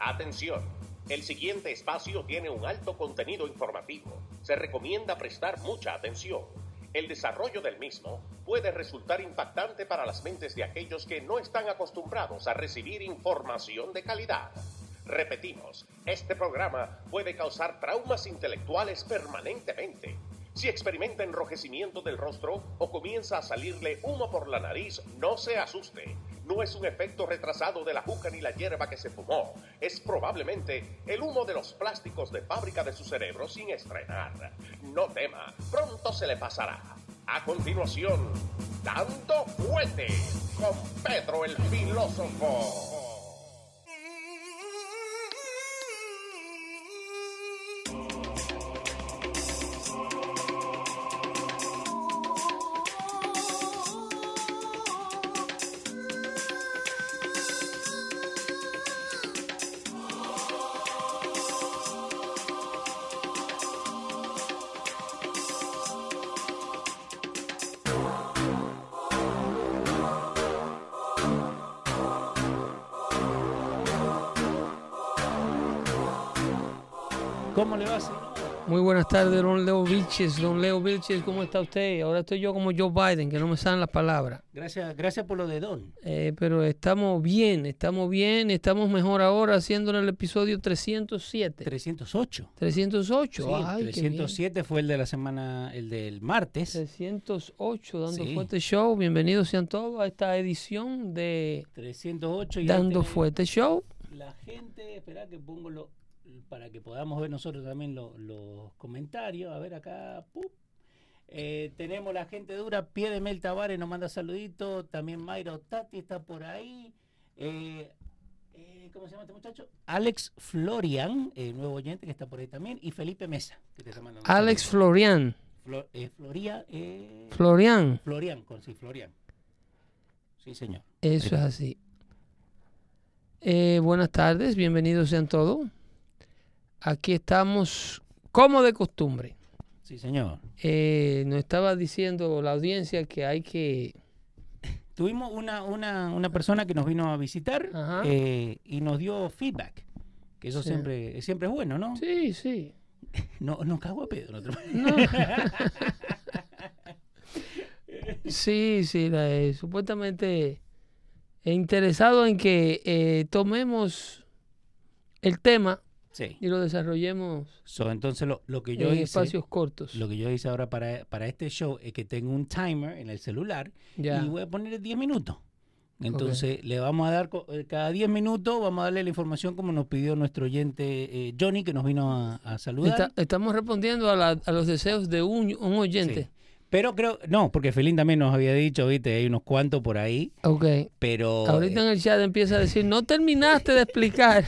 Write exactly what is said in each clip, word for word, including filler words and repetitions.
Atención, el siguiente espacio tiene un alto contenido informativo. Se recomienda prestar mucha atención. El desarrollo del mismo puede resultar impactante para las mentes de aquellos que no están acostumbrados a recibir información de calidad. Repetimos, este programa puede causar traumas intelectuales permanentemente. Si experimenta enrojecimiento del rostro o comienza a salirle humo por la nariz, no se asuste. No es un efecto retrasado de la juca ni la hierba que se fumó. Es probablemente el humo de los plásticos de fábrica de su cerebro sin estrenar. No tema, pronto se le pasará. A continuación, Dando Fuete con Pedro el Filósofo. ¿Cómo le va, señor? Muy buenas tardes, don Leo Vilches. Don Leo Vilches, ¿cómo está usted? Ahora estoy yo como Joe Biden, que no me salen las palabras. Gracias, gracias por lo de Don. Eh, pero estamos bien, estamos bien, estamos mejor ahora haciéndolo el episodio trescientos siete. trescientos ocho. trescientos ocho, Sí, ay, trescientos siete fue el de la semana, el del martes. trescientos ocho, Dando Sí. Fuete Show. Bienvenidos sean todos a esta edición de trescientos ocho. Y Dando este, Fuete Show. La gente, espera que pongo lo, para que podamos ver nosotros también lo, los comentarios. A ver acá. ¡Pup! Eh, tenemos la gente dura. Pie de Mel Tavares nos manda saluditos. También Mayra Otati está por ahí. Eh, eh, ¿Cómo se llama este muchacho? Alex Florian, eh, nuevo oyente que está por ahí también. Y Felipe Mesa. Que te está mandando Alex saludos. Florian. Flo, eh, Floria, eh, Florian. Florian, con sí, Florian. Sí, señor. Eso es así. Eh, buenas tardes, bienvenidos sean todos. Aquí estamos como de costumbre. Sí, señor. Eh, nos estaba diciendo la audiencia que hay que... Tuvimos una, una, una persona que nos vino a visitar eh, y nos dio feedback. Que eso sí. siempre, siempre es bueno, ¿no? Sí, sí. No, no cago a pedo. No. sí, sí. La, eh, supuestamente interesado en que eh, tomemos el tema. Sí. Y lo desarrollemos so, entonces lo, lo que yo en hice, espacios cortos. Lo que yo hice ahora para, para este show es que tengo un timer en el celular ya. Y voy a ponerle diez minutos. Entonces okay. le vamos a dar, cada diez minutos vamos a darle la información como nos pidió nuestro oyente eh, Johnny, que nos vino a, a saludar. Está, estamos respondiendo a, la, a los deseos de un, un oyente. Sí. Pero creo, no, porque Felín también nos había dicho, viste, hay unos cuantos por ahí. Ok. Pero ahorita eh, en el chat empieza a decir, no terminaste de explicar.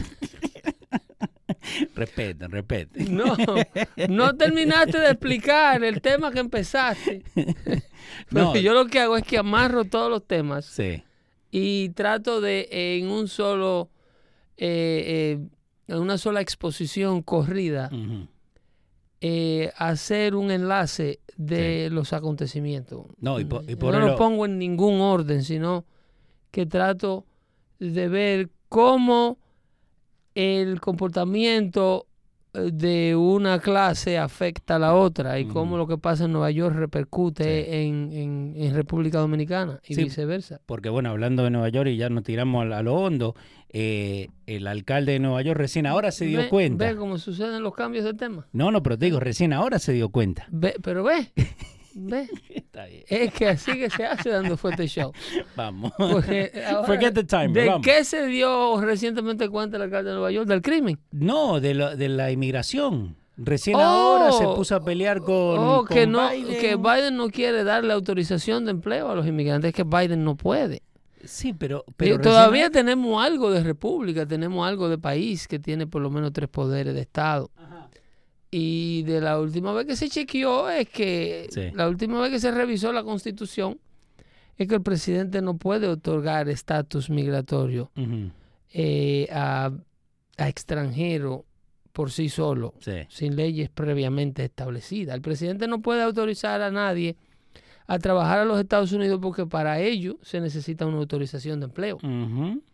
Respeten, respeten. No, no terminaste de explicar el tema que empezaste. No. Yo lo que hago es que amarro todos los temas. Sí. Y trato de eh, en un solo, eh, eh, en una sola exposición corrida, uh-huh. eh, hacer un enlace de sí. los acontecimientos. No, y por, y por no lo pongo en ningún orden, sino que trato de ver cómo el comportamiento de una clase afecta a la otra y mm. cómo lo que pasa en Nueva York repercute sí. en, en, en República Dominicana y sí, viceversa. Porque bueno, hablando de Nueva York y ya nos tiramos a, a lo hondo, eh, el alcalde de Nueva York recién ahora se dio ve, cuenta. ¿Ve cómo suceden los cambios de tema? No, no, pero te digo, recién ahora se dio cuenta. Ve, pero ve, ve. Está bien. Es que así que se hace Dando Fuete Show. Vamos. Porque ahora, Forget the timer, ¿de vamos. qué se dio recientemente cuenta el alcalde de Nueva York? ¿Del crimen? No, de, lo, de la inmigración. Recién oh, ahora se puso a pelear con, oh, con que no, Biden. Que Biden no quiere darle autorización de empleo a los inmigrantes, que Biden no puede. Sí, pero... pero todavía recién... tenemos algo de república, tenemos algo de país que tiene por lo menos tres poderes de Estado. Ajá. Y de la última vez que se chequeó es que... Sí. La última vez que se revisó la Constitución es que el presidente no puede otorgar estatus migratorio uh-huh. eh, a, a extranjeros por sí solo, sí. sin leyes previamente establecidas. El presidente no puede autorizar a nadie a trabajar a los Estados Unidos porque para ello se necesita una autorización de empleo. Uh-huh.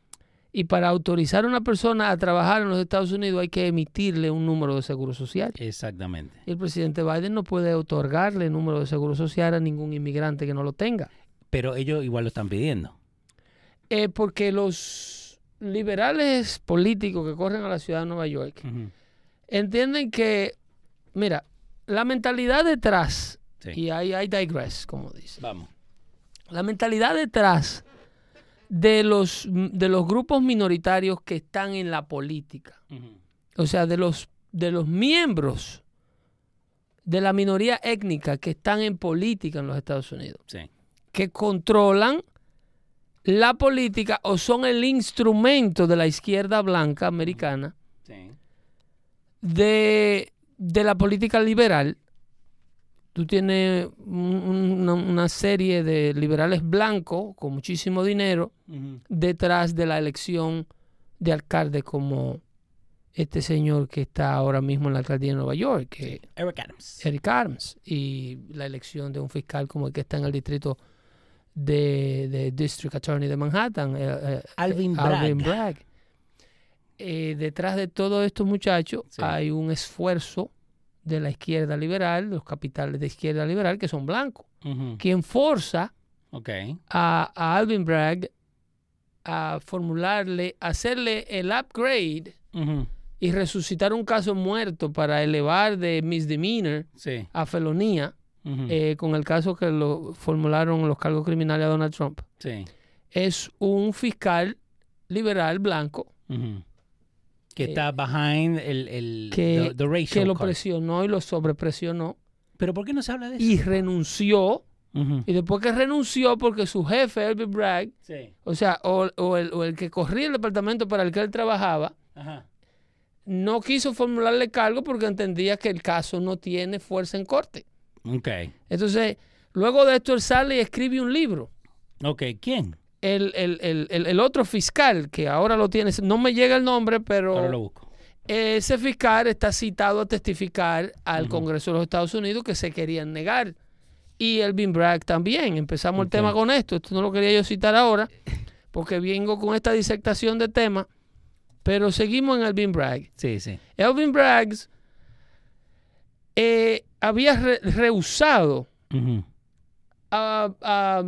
Y para autorizar a una persona a trabajar en los Estados Unidos hay que emitirle un número de seguro social. Exactamente. Y el presidente Biden no puede otorgarle el número de seguro social a ningún inmigrante que no lo tenga. Pero ellos igual lo están pidiendo. Eh, porque los liberales políticos que corren a la ciudad de Nueva York Uh-huh. entienden que, mira, la mentalidad detrás, Sí. y ahí I digress, como dice, Vamos. la mentalidad detrás de los, de los grupos minoritarios que están en la política, Uh-huh. o sea, de los, de los miembros de la minoría étnica que están en política en los Estados Unidos, Sí. que controlan la política o son el instrumento de la izquierda blanca americana Sí. de, de la política liberal. Tú tienes un- una, una serie de liberales blancos con muchísimo dinero Uh-huh. detrás de la elección de alcalde como este señor que está ahora mismo en la alcaldía de Nueva York, que Eric Adams. Eric Adams, y la elección de un fiscal como el que está en el distrito de, de District Attorney de Manhattan, eh, eh, Alvin Alvin Bragg. Bragg. Eh, detrás de todos estos muchachos Sí. hay un esfuerzo de la izquierda liberal, los capitales de izquierda liberal que son blancos, Uh-huh. quien forza Ok. a, a Alvin Bragg a formularle, hacerle el upgrade Uh-huh. y resucitar un caso muerto para elevar de misdemeanor Sí. a felonía, Uh-huh. eh, con el caso que lo formularon los cargos criminales a Donald Trump. Sí. Es un fiscal liberal blanco Uh-huh. Que Eh, está behind el, el que, the, the racial que lo card. presionó y lo sobrepresionó Pero ¿por qué no se habla de eso? y renunció. Uh-huh. Y después que renunció porque su jefe, Alvin Bragg, Sí. o sea, o, o el, o el que corría el departamento para el que él trabajaba, Ajá. no quiso formularle cargo porque entendía que el caso no tiene fuerza en corte. Ok. Entonces, luego de esto él sale y escribe un libro. Ok. ¿Quién? El, el, el, el, el otro fiscal, que ahora lo tiene, no me llega el nombre, pero Ahora lo busco. ese fiscal está citado a testificar al Ujú. Congreso de los Estados Unidos que se querían negar. Y Alvin Bragg también. Empezamos Ok. el tema con esto. Esto no lo quería yo citar ahora, porque vengo con esta disertación de tema, pero seguimos en Alvin Bragg. Sí, sí. Alvin Bragg eh, había re- rehusado Uh-huh. a, a,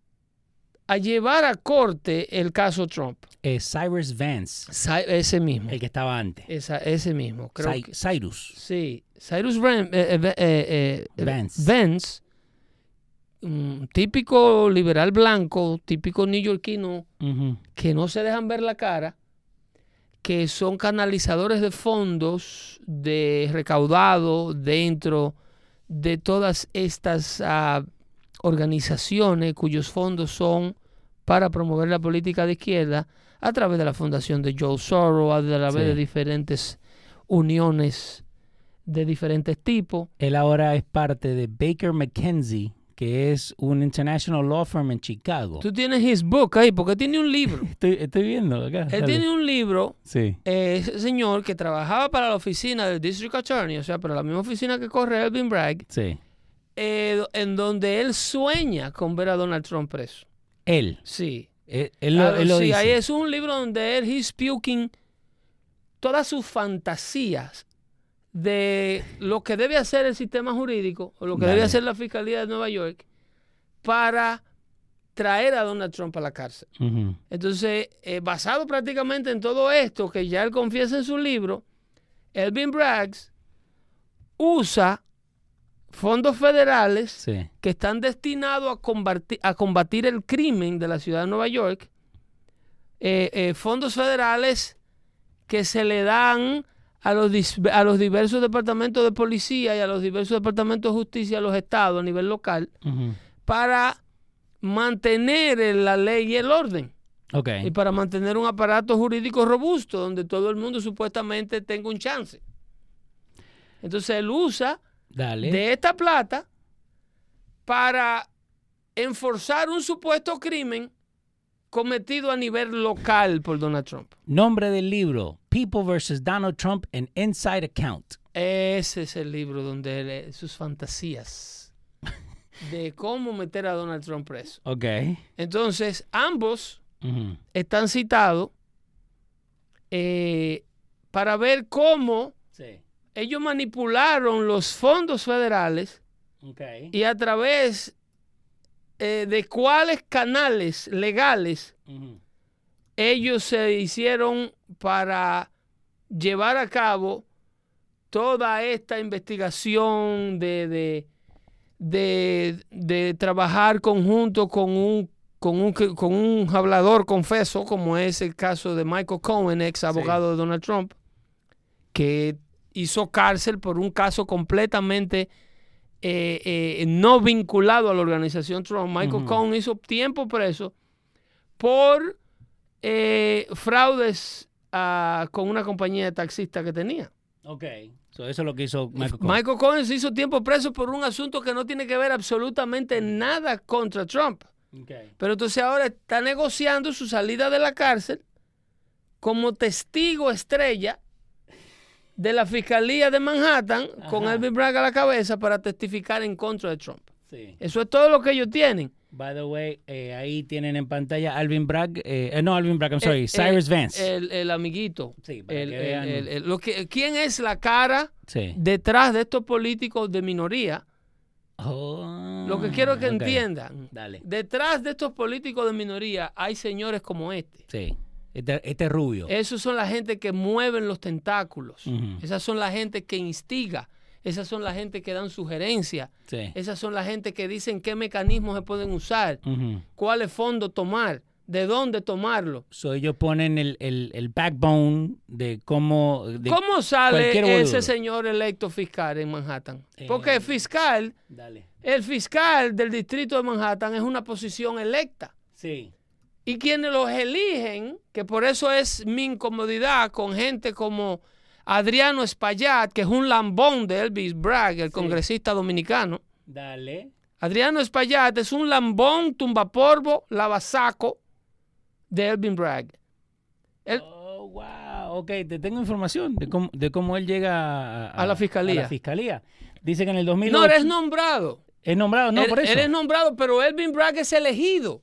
a llevar a corte el caso Trump. Eh, Cyrus Vance, Cy- ese mismo. el que estaba antes. Esa, ese mismo. Creo Cy- que, Cyrus. sí. Cyrus Ram- eh, eh, eh, eh, Vance. Vance, un típico liberal blanco, típico neoyorquino, Uh-huh. que no se dejan ver la cara, que son canalizadores de fondos de recaudado dentro de todas estas ah, organizaciones cuyos fondos son para promover la política de izquierda a través de la fundación de Joe Soros, a través Sí. de diferentes uniones de diferentes tipos. Él ahora es parte de Baker McKenzie, que es un international law firm en Chicago. Tú tienes his book ahí, porque tiene un libro. Estoy, estoy viendo acá. Él dale. tiene un libro, Sí. eh, ese señor que trabajaba para la oficina del District Attorney, o sea, para la misma oficina que corre Alvin Bragg, Sí. eh, en donde él sueña con ver a Donald Trump preso. Él. Sí. Él, él lo, Claro, él lo sí, dice. ahí es un libro donde él he's puking todas sus fantasías de lo que debe hacer el sistema jurídico o lo que Dale. debe hacer la Fiscalía de Nueva York para traer a Donald Trump a la cárcel. Ujú. Entonces, eh, basado prácticamente en todo esto que ya él confiesa en su libro, Alvin Bragg usa fondos federales Sí. que están destinados a combatir, a combatir el crimen de la ciudad de Nueva York, eh, eh, fondos federales que se le dan a los, dis- a los diversos departamentos de policía y a los diversos departamentos de justicia a los estados a nivel local Ujú. para mantener el- la ley y el orden Ok. y para mantener un aparato jurídico robusto donde todo el mundo supuestamente tenga un chance. Entonces él usa Dale. de esta plata para enforzar un supuesto crimen cometido a nivel local por Donald Trump. Nombre del libro: People versus Donald Trump, an Inside Account. Ese es el libro donde él, eh, sus fantasías de cómo meter a Donald Trump preso. Ok. Entonces, ambos Ujú. están citados eh, para ver cómo Sí. ellos manipularon los fondos federales Okay. y a través eh, de cuáles canales legales Ujú. ellos se hicieron para llevar a cabo toda esta investigación de, de, de, de trabajar conjunto con un, con, un, con un hablador confeso, como es el caso de Michael Cohen, ex abogado sí. de Donald Trump, que hizo cárcel por un caso completamente eh, eh, no vinculado a la organización Trump. Michael uh-huh. Cohen hizo tiempo preso por eh, fraudes uh, con una compañía de taxistas que tenía. Ok, so eso es lo que hizo Michael Cohen. Michael Cohen se hizo tiempo preso por un asunto que no tiene que ver absolutamente nada contra Trump. Okay. Pero entonces ahora está negociando su salida de la cárcel como testigo estrella de la Fiscalía de Manhattan, ajá, con Alvin Bragg a la cabeza para testificar en contra de Trump. Sí. Eso es todo lo que ellos tienen. By the way, eh, ahí tienen en pantalla Alvin Bragg, eh, no Alvin Bragg, I'm sorry, el, Cyrus el, Vance. El, el amiguito. Sí, para el, que vean. El, el, lo que, ¿quién es la cara sí. detrás de estos políticos de minoría? Oh, lo que quiero que okay. entiendan, Dale. Detrás de estos políticos de minoría hay señores como este. Sí. Este, este rubio. Esos son la gente que mueven los tentáculos. Uh-huh. Esas son la gente que instiga. Esas son la gente que dan sugerencias. Sí. Esas son la gente que dicen qué mecanismos se pueden usar, uh-huh. cuáles fondos tomar, de dónde tomarlo. So ellos ponen el, el, el backbone de cómo... De ¿Cómo sale ese señor electo fiscal en Manhattan? Eh, Porque el fiscal, dale. el fiscal del distrito de Manhattan es una posición electa. Sí. Y quienes los eligen, que por eso es mi incomodidad con gente como Adriano Espaillat, que es un lambón de Elvis Bragg, el sí. congresista dominicano. Dale. Adriano Espaillat es un lambón, tumbapolvo, lavasaco de Elvin Bragg. El, oh, wow. Ok, te tengo información de cómo, de cómo él llega a, a, a la fiscalía. A la fiscalía. Dice que en el dos mil ocho... No, él es nombrado. Es nombrado, no, él, por eso. Él es nombrado, pero Elvin Bragg es elegido.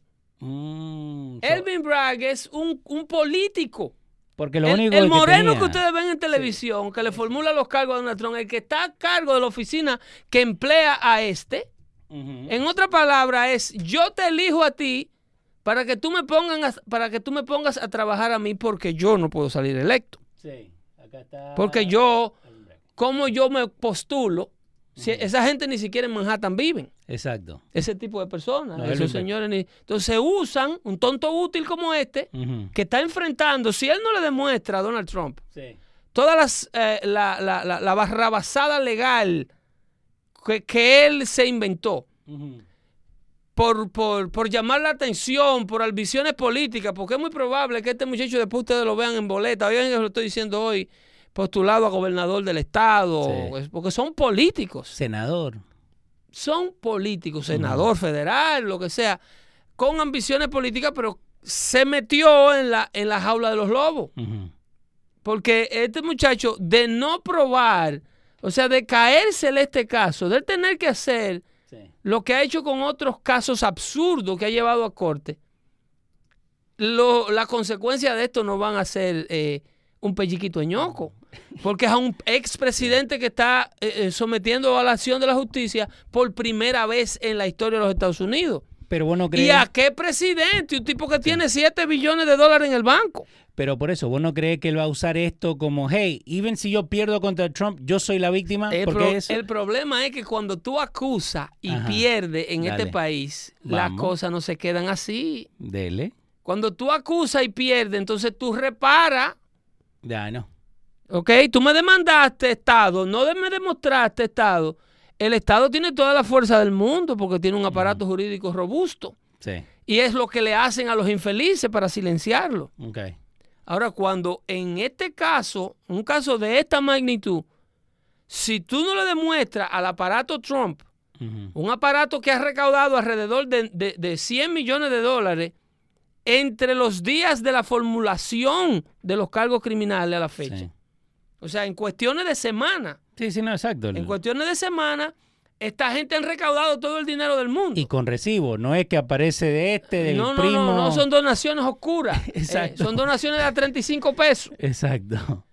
Mm, so, Elvin Bragg es un, un político. Porque lo el, único el moreno que, que ustedes ven en televisión, sí. que le formula los cargos a Donald Trump, el que está a cargo de la oficina que emplea a este, uh-huh. en otra palabra es, yo te elijo a ti para que tú me pongas, para que tú me pongas a trabajar a mí porque yo no puedo salir electo. Sí, acá está. Porque yo, como yo me postulo, si esa gente ni siquiera en Manhattan viven. Exacto. Ese tipo de personas. No, esos señores ni... Entonces usan un tonto útil como este, uh-huh. que está enfrentando, si él no le demuestra a Donald Trump, sí. toda las, eh, la, la, la, la barrabasada legal que, que él se inventó, uh-huh. por, por, por llamar la atención, por ambiciones políticas, porque es muy probable que este muchacho después ustedes lo vean en boleta, oigan, yo lo estoy diciendo hoy, postulado a gobernador del estado, sí. porque son políticos. Senador. Son políticos, senador, uh-huh. federal, lo que sea, con ambiciones políticas, pero se metió en la, en la jaula de los lobos. Uh-huh. Porque este muchacho, de no probar, o sea, de caérsele este caso, de tener que hacer sí. lo que ha hecho con otros casos absurdos que ha llevado a corte, lo, la consecuencia de esto no van a ser... Eh, un pelliquito de ñoco, porque es a un expresidente que está eh, sometiendo a la acción de la justicia por primera vez en la historia de los Estados Unidos. Pero vos no crees... ¿Y a qué presidente? Un tipo que sí. tiene siete billones de dólares en el banco. Pero por eso, ¿vos no crees que él va a usar esto como, hey, even si yo pierdo contra Trump, yo soy la víctima? El, ¿Por pro, qué eso? el problema es que cuando tú acusas y Ajá. pierdes en Dale. este país, Vamos. las cosas no se quedan así. Dele. Cuando tú acusas y pierdes, entonces tú reparas. Ya, no. Ok, tú me demandaste, Estado, no me demostraste, Estado. El Estado tiene toda la fuerza del mundo porque tiene un aparato uh-huh. jurídico robusto. Sí. Y es lo que le hacen a los infelices para silenciarlo. Ok. Ahora, cuando en este caso, un caso de esta magnitud, si tú no le demuestras al aparato Trump, uh-huh. un aparato que ha recaudado alrededor de, de, de cien millones de dólares, entre los días de la formulación de los cargos criminales a la fecha. Sí. O sea, en cuestiones de semana. Sí, sí, no, exacto. En cuestiones de semana esta gente han recaudado todo el dinero del mundo. Y con recibo, no es que aparece de este, del no, no, primo. No, no, son donaciones oscuras. Exacto. Eh, son donaciones de a treinta y cinco pesos. Exacto.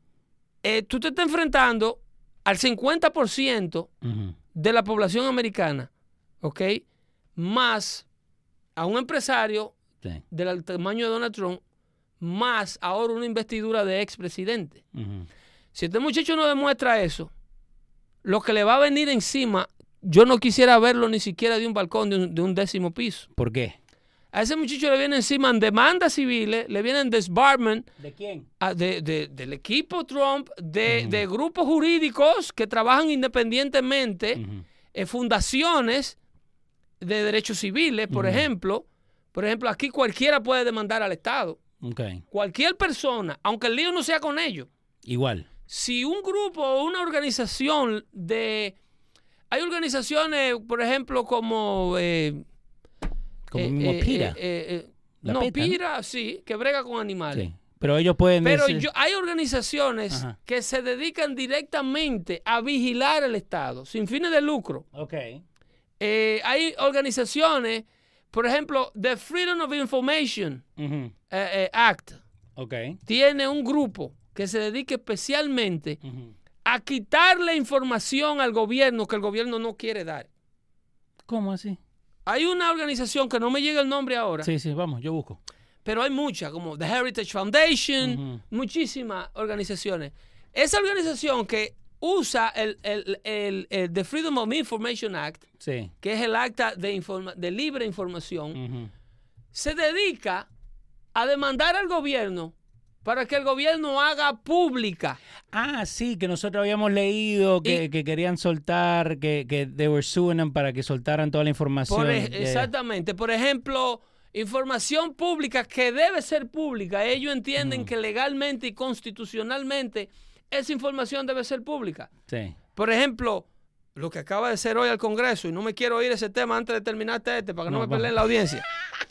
Eh, tú te estás enfrentando al cincuenta por ciento uh-huh. de la población americana, ¿ok? Más a un empresario sí. del tamaño de Donald Trump, más ahora una investidura de expresidente. Uh-huh. Si este muchacho no demuestra eso, lo que le va a venir encima, yo no quisiera verlo ni siquiera de un balcón de un, de un décimo piso. ¿Por qué? A ese muchacho le viene encima en demandas civiles, le vienen disbarment. ¿De quién? A, de, de, del equipo Trump, de, uh-huh. de grupos jurídicos que trabajan independientemente, uh-huh. eh, fundaciones de derechos civiles, por uh-huh. ejemplo. Por ejemplo, aquí cualquiera puede demandar al Estado. Okay. Cualquier persona, aunque el lío no sea con ellos. Igual. Si un grupo o una organización de... Hay organizaciones, por ejemplo, como... Eh, como eh, mismo eh, Pira. Eh, eh, no, peta, Pira, ¿no? Sí, que brega con animales. Sí. Pero ellos pueden Pero decir... yo, hay organizaciones Ajá. que se dedican directamente a vigilar el Estado, sin fines de lucro. Okay. Eh, hay organizaciones, por ejemplo, the Freedom of Information uh-huh. eh, eh, Act. Okay. Tiene un grupo que se dedica especialmente uh-huh. a quitarle información al gobierno que el gobierno no quiere dar. ¿Cómo así? Hay una organización que no me llega el nombre ahora. Sí, sí, vamos, yo busco. Pero hay muchas, como The Heritage Foundation, uh-huh. muchísimas organizaciones. Esa organización que usa el, el, el, el The Freedom of Information Act, sí. que es el acta de, informa- de libre información, uh-huh. se dedica a demandar al gobierno para que el gobierno haga pública. Ah, sí, que nosotros habíamos leído que, y, que querían soltar, que, que they were suing them para que soltaran toda la información. Por, exactamente. Por ejemplo, información pública que debe ser pública. Ellos entienden uh-huh. que legalmente y constitucionalmente esa información debe ser pública. Sí. Por ejemplo, lo que acaba de ser hoy al Congreso, y no me quiero oír ese tema antes de terminar este, para que no, no me peleen la audiencia.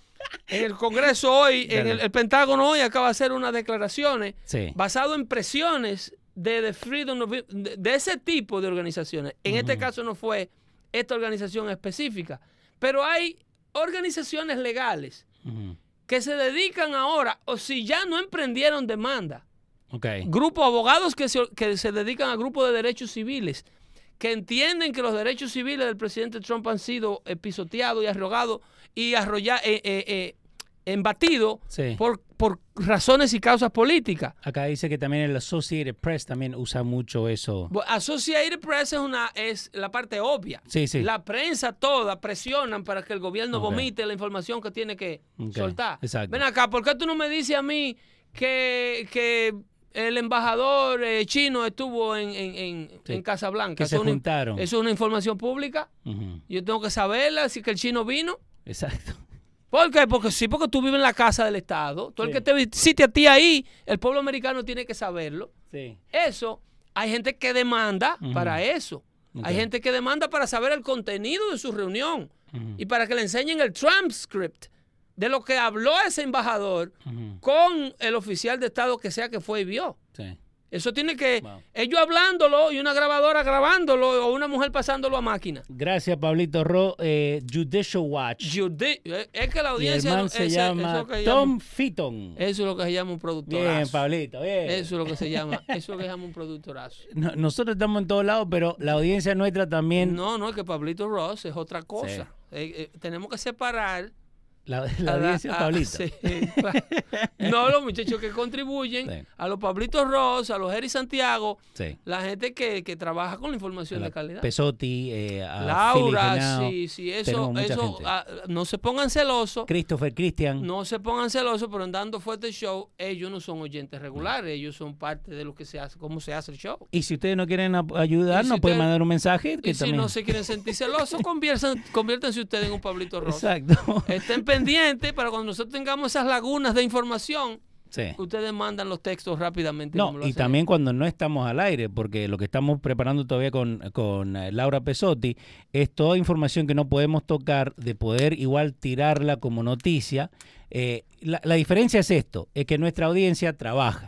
En el Congreso hoy, en el, el Pentágono hoy acaba de hacer unas declaraciones sí. basado en presiones de, de Freedom of, de, de ese tipo de organizaciones. En uh-huh. este caso no fue esta organización específica, pero hay organizaciones legales uh-huh. que se dedican ahora, o si ya no emprendieron demanda, okay. grupos de abogados que se, que se dedican a grupos de derechos civiles, que entienden que los derechos civiles del presidente Trump han sido eh, pisoteados y arrogados y arrollados, eh, eh, eh, embatidos sí. por, por razones y causas políticas. Acá dice que también el Associated Press también usa mucho eso. Associated Press es, una, es la parte obvia. Sí, sí. La prensa toda presionan para que el gobierno okay. vomite la información que tiene que okay. soltar. Exacto. Ven acá, ¿por qué tú no me dices a mí que... que el embajador eh, chino estuvo en, en, en, sí. en Casablanca? Que se eso juntaron. Una, eso es una información pública. Uh-huh. Yo tengo que saberla, si que el chino vino. Exacto. ¿Por qué? Porque sí, porque tú vives en la casa del Estado. Tú sí. el que te visite a ti ahí, el pueblo americano tiene que saberlo. Sí. Eso, hay gente que demanda uh-huh. para eso. Okay. Hay gente que demanda para saber el contenido de su reunión uh-huh. y para que le enseñen el transcript de lo que habló ese embajador uh-huh. con el oficial de Estado que sea que fue y vio. Sí. Eso tiene que, wow. ellos hablándolo y una grabadora grabándolo o una mujer pasándolo a máquina. Gracias, Pablito Ro. Eh, Judicial Watch. Judi es que la audiencia... Y el man se ese, llama eso que Tom llama, Fitton. Eso es lo que se llama un productorazo. Bien, Pablito, bien. Eso es lo que se llama, eso es lo que se llama un productorazo. No, nosotros estamos en todos lados, pero la audiencia nuestra también... No, no, es que Pablito Ross es otra cosa. Sí. Eh, eh, tenemos que separar... La, la audiencia a, Pablito. Sí, claro. No, los muchachos que contribuyen, sí. a los Pablitos Ross, a los Jerry Santiago, sí. la gente que, que trabaja con la información la de calidad. Pesotti, eh, a Laura, sí, sí, eso, eso a, no se pongan celosos. Christopher Christian. No se pongan celosos, pero en Dando Fuerte Show, ellos no son oyentes regulares, ellos son parte de lo que se hace, cómo se hace el show. Y si ustedes no quieren ayudar, nos si pueden mandar un mensaje. Que y también... si no se quieren sentir celosos, conviértanse ustedes en un Pablito Ross. Exacto. Estén pendiente para cuando nosotros tengamos esas lagunas de información, sí. ustedes mandan los textos rápidamente. No, como lo y hacen. También cuando no estamos al aire, porque lo que estamos preparando todavía con, con Laura Pesotti es toda información que no podemos tocar, de poder igual tirarla como noticia. Eh, la, la diferencia es esto, es que nuestra audiencia trabaja.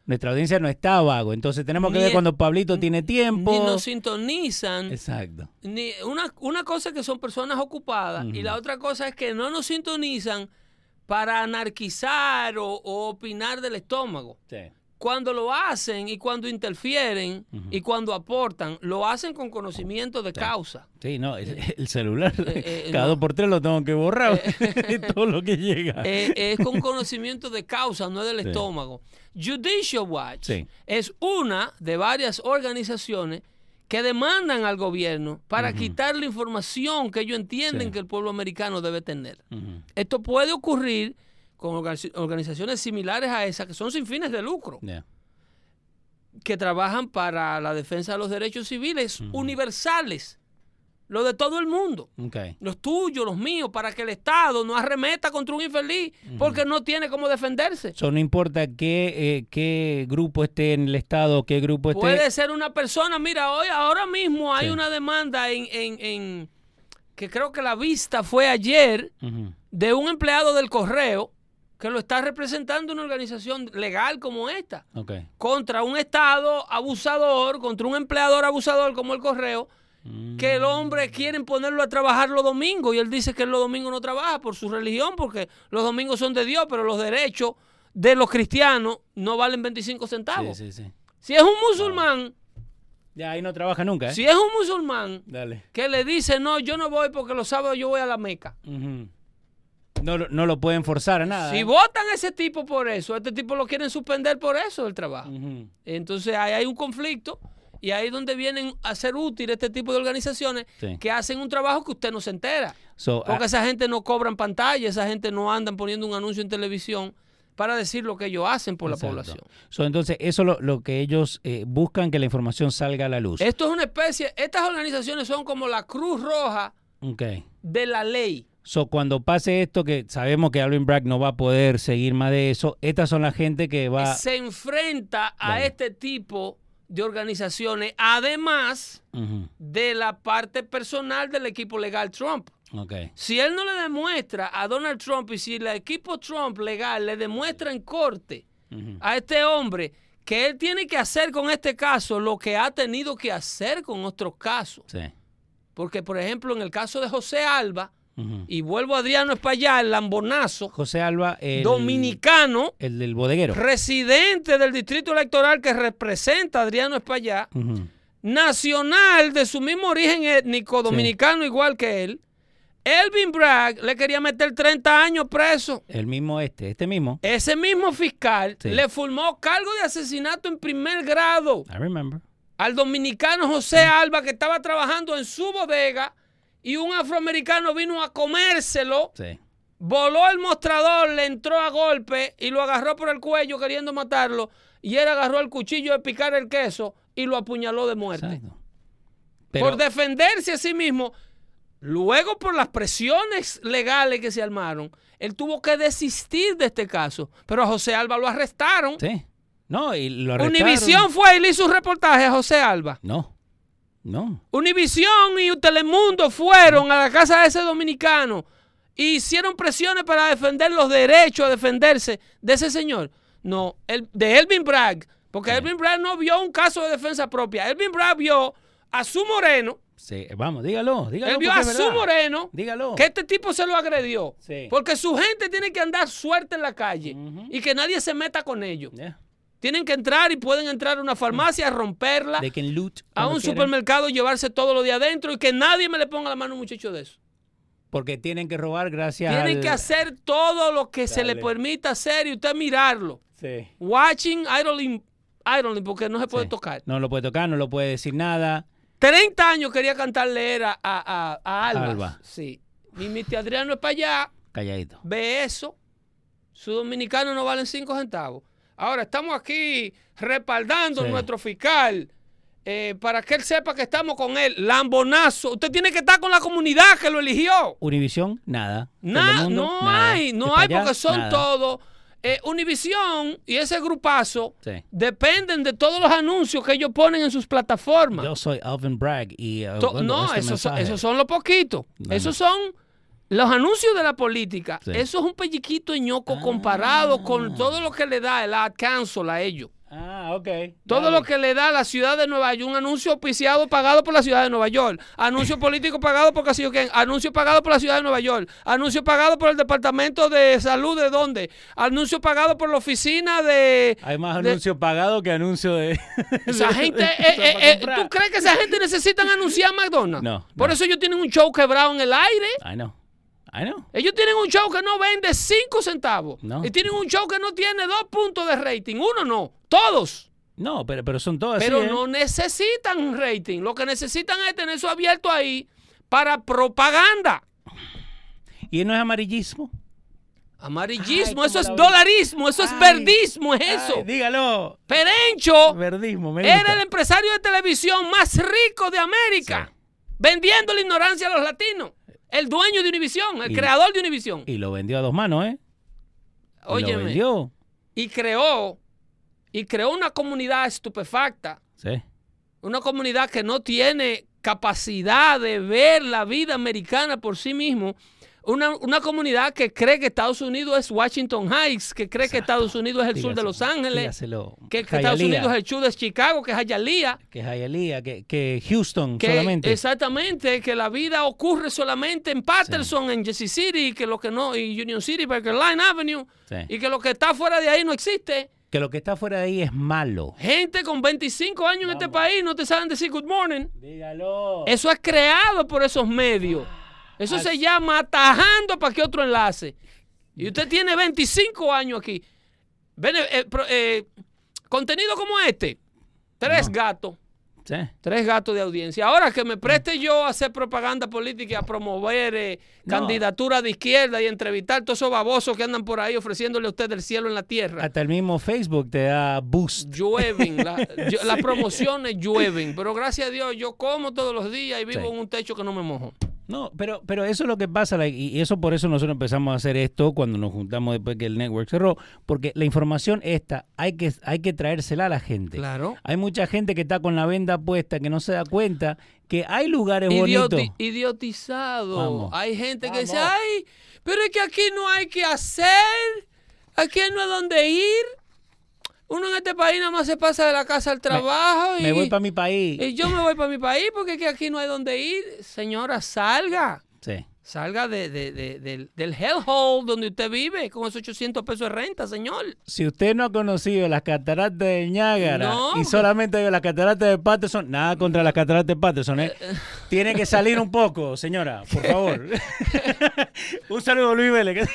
Nuestra audiencia no está vago. Entonces tenemos que Ni- ver cuando Pablito tiene tiempo. Ni nos sintonizan. Exacto. Ni, una, una cosa es que son personas ocupadas Ujú. y la otra cosa es que no nos sintonizan para anarquizar o, o opinar del estómago. Sí. Cuando lo hacen y cuando interfieren Ujú. y cuando aportan, lo hacen con conocimiento de Sí. causa. Sí, no, el, el celular Eh, eh, cada no. dos por tres lo tengo que borrar. Todo lo que llega. Eh, es con conocimiento de causa, no es del Sí. estómago. Judicial Watch Sí. es una de varias organizaciones que demandan al gobierno para Ujú. quitar la información que ellos entienden Sí. que el pueblo americano debe tener. Ujú. Esto puede ocurrir con organiz- organizaciones similares a esas que son sin fines de lucro, Yeah. que trabajan para la defensa de los derechos civiles Ujú. universales, lo de todo el mundo. Okay. Los tuyos, los míos, para que el Estado no arremeta contra un infeliz porque no tiene cómo defenderse. So, no importa qué, eh, qué grupo esté en el Estado, qué grupo esté. Puede ser una persona, mira, hoy ahora mismo hay Sí. una demanda en, en, en- que creo que la vista fue ayer Ujú. de un empleado del correo que lo está representando una organización legal como esta, Okay. contra un Estado abusador, contra un empleador abusador como el correo, Mm. que el hombre quieren ponerlo a trabajar los domingos y él dice que él los domingos no trabaja por su religión porque los domingos son de Dios, pero los derechos de los cristianos no valen veinticinco centavos. Sí, sí, sí. Si es un musulmán, Ya ahí no trabaja nunca, ¿eh? si es un musulmán Dale. que le dice, no, yo no voy porque los sábados yo voy a la Meca. Ujú. No, lo- no lo pueden forzar a nada. Si ¿eh? votan a ese tipo por eso, a este tipo lo quieren suspender por eso del trabajo. Ujú. Entonces ahí hay un conflicto y ahí es donde vienen a ser útiles este tipo de organizaciones Sí. que hacen un trabajo que usted no se entera. So, Porque ah, esa gente no cobran pantalla, esa gente no andan poniendo un anuncio en televisión para decir lo que ellos hacen por exacto. la población. So, entonces, eso lo, lo que ellos eh, buscan, que la información salga a la luz. Esto es una especie, estas organizaciones son como la Cruz Roja Okay. de la ley. So, cuando pase esto, que sabemos que Alvin Bragg no va a poder seguir más de eso, estas son la gente que va... Se enfrenta a Dale. este tipo de organizaciones, además Ujú. de la parte personal del equipo legal Trump. Okay. Si él no le demuestra a Donald Trump y si el equipo Trump legal le demuestra en corte Ujú. a este hombre que él tiene que hacer con este caso lo que ha tenido que hacer con otros casos. Sí. Porque, por ejemplo, en el caso de José Alba, Ujú. y vuelvo a Adriano Espaillat, el lambonazo, José Alba, el, dominicano, el del bodeguero. residente del distrito electoral que representa a Adriano Espaillat, Ujú. nacional de su mismo origen étnico, dominicano igual que él, Elvin Bragg le quería meter treinta años preso. El mismo este, este mismo. Ese mismo fiscal Sí. le formó cargo de asesinato en primer grado I remember. al dominicano José Alba, que estaba trabajando en su bodega y un afroamericano vino a comérselo, Sí. voló el mostrador, le entró a golpe y lo agarró por el cuello queriendo matarlo y él agarró el cuchillo de picar el queso y lo apuñaló de muerte. Exacto. Pero, Por defenderse a sí mismo. Luego, por las presiones legales que se armaron, él tuvo que desistir de este caso. Pero a José Alba lo arrestaron. sí. No, y lo arrestaron. Univisión fue y le hizo un reportaje a José Alba. No. No. Univisión y Telemundo fueron a la casa de ese dominicano y hicieron presiones para defender los derechos a defenderse de ese señor. No, el, de Elvin Bragg. Porque Sí. Elvin Bragg no vio un caso de defensa propia. Elvin Bragg vio a su moreno. Sí. Vamos, dígalo. Dígalo. Él vio porque a es su verdad. moreno Dígalo. que este tipo se lo agredió. Sí. Porque su gente tiene que andar suerte en la calle Ujú. y que nadie se meta con ellos. Yeah. Tienen que entrar y pueden entrar a una farmacia, a romperla, They can loot a cuando un quieren, supermercado, llevarse todo lo de adentro y que nadie me le ponga la mano a un muchacho de eso. Porque tienen que robar gracias Tienen al- que hacer todo lo que se le Dale. permita hacer y usted mirarlo. Sí. Watching, idling, idling porque no se puede Sí. tocar. No lo puede tocar, no lo puede decir nada. treinta años quería cantarle era a, a, a Alba. Alba. Sí. Y mi tío Adriano es para allá. Calladito. Ve eso, su dominicano no valen cinco centavos. Ahora estamos aquí respaldando Sí. a nuestro fiscal eh, para que él sepa que estamos con él. Lambonazo. Usted tiene que estar con la comunidad que lo eligió. Univisión, nada. Nah, Telemundo, no nada. hay, no De hay pa' allá, porque son nada. todos. Eh, Univisión y ese grupazo Sí. dependen de todos los anuncios que ellos ponen en sus plataformas. Yo soy Alvin Bragg y... uh, To- bueno, no, este esos son, mensaje. esos son los poquitos. No, esos no. son los anuncios de la política. Sí. Eso es un pelliquito ñoco Ah. comparado con todo lo que le da el ad council a ellos. Ah, Ah, ok. Todo Dale. lo que le da a la ciudad de Nueva York, un anuncio auspiciado pagado por la ciudad de Nueva York, anuncio político pagado por Casillo Ken, anuncio pagado por la ciudad de Nueva York, anuncio pagado por el Departamento de Salud de dónde, anuncio pagado por la oficina de... Hay más de- anuncios pagados que anuncios de... Esa gente, eh, eh, eh, ¿tú crees que esa gente necesita anunciar McDonald's? No, Por no. eso ellos tienen un show quebrado en el aire. I know. I know. Ellos tienen un show que no vende cinco centavos. No. Y tienen un show que no tiene dos puntos de rating. Uno no, todos. No, pero, pero son todas Pero así, ¿eh? no necesitan un rating. Lo que necesitan es tener eso abierto ahí para propaganda. ¿Y no es amarillismo? Amarillismo, Ay, eso es cómo la- dolarismo, eso es Ay, verdismo, es eso. Ay, dígalo. Perencho Verdismo, me gusta. era el empresario de televisión más rico de América, Sí. vendiendo la ignorancia a los latinos. El dueño de Univisión, el Y- creador de Univisión. Y lo vendió a dos manos, ¿eh? Y lo Óyeme, vendió. y creó, y creó una comunidad estupefacta, Sí. una comunidad que no tiene capacidad de ver la vida americana por sí mismo. Una, una comunidad que cree que Estados Unidos es Washington Heights, que cree que Exacto. Estados Unidos es el sur de Los Ángeles, Dígaselo. que, que Estados Hialeah, Unidos es el sur de Chicago, que es Hialeah, Que es Hialeah, que, que Houston que solamente. exactamente, que la vida ocurre solamente en Patterson, en Jersey City, que lo que no, y Union City, Baker Line Avenue, Sí. y que lo que está fuera de ahí no existe. Que lo que está fuera de ahí es malo. Gente con veinticinco años en este Vamos. país no te saben decir good morning. Dígalo. Eso es creado por esos medios. Eso se llama atajando para que otro enlace. Y usted tiene veinticinco años aquí. Ven, eh, eh, pro- eh, contenido como este. Tres No. gatos. Sí. Tres gatos de audiencia. Ahora que me preste yo a hacer propaganda política y a promover eh, No. candidatura de izquierda y entrevistar todos esos babosos que andan por ahí ofreciéndole a usted el cielo en la tierra. Hasta el mismo Facebook te da boost. Llueven, la- yo- las promociones llueven, pero gracias a Dios yo como todos los días y vivo Sí. en un techo que no me mojo. No, pero, pero eso es lo que pasa, like, y eso por eso nosotros empezamos a hacer esto cuando nos juntamos después que el network cerró, porque la información esta hay que, hay que traérsela a la gente. Claro. Hay mucha gente que está con la venda puesta, que no se da cuenta que hay lugares Idioti- bonitos. idiotizado. Vamos. Hay gente que Vamos. dice, ay, pero es que aquí no hay que hacer, aquí no hay donde ir. Uno en este país nada más se pasa de la casa al trabajo y, Me voy para mi país. y yo me voy para mi país porque es que aquí no hay donde ir. Señora, salga. Sí. Salga de, de- de- del, del hellhole donde usted vive con esos ochocientos pesos de renta, señor. Si usted no ha conocido las cataratas de Niágara No. y solamente ha ido a las cataratas de Patterson, nada contra las cataratas de Patterson, ¿eh? Tiene que salir un poco, señora, por favor. Un saludo, Luis Vélez.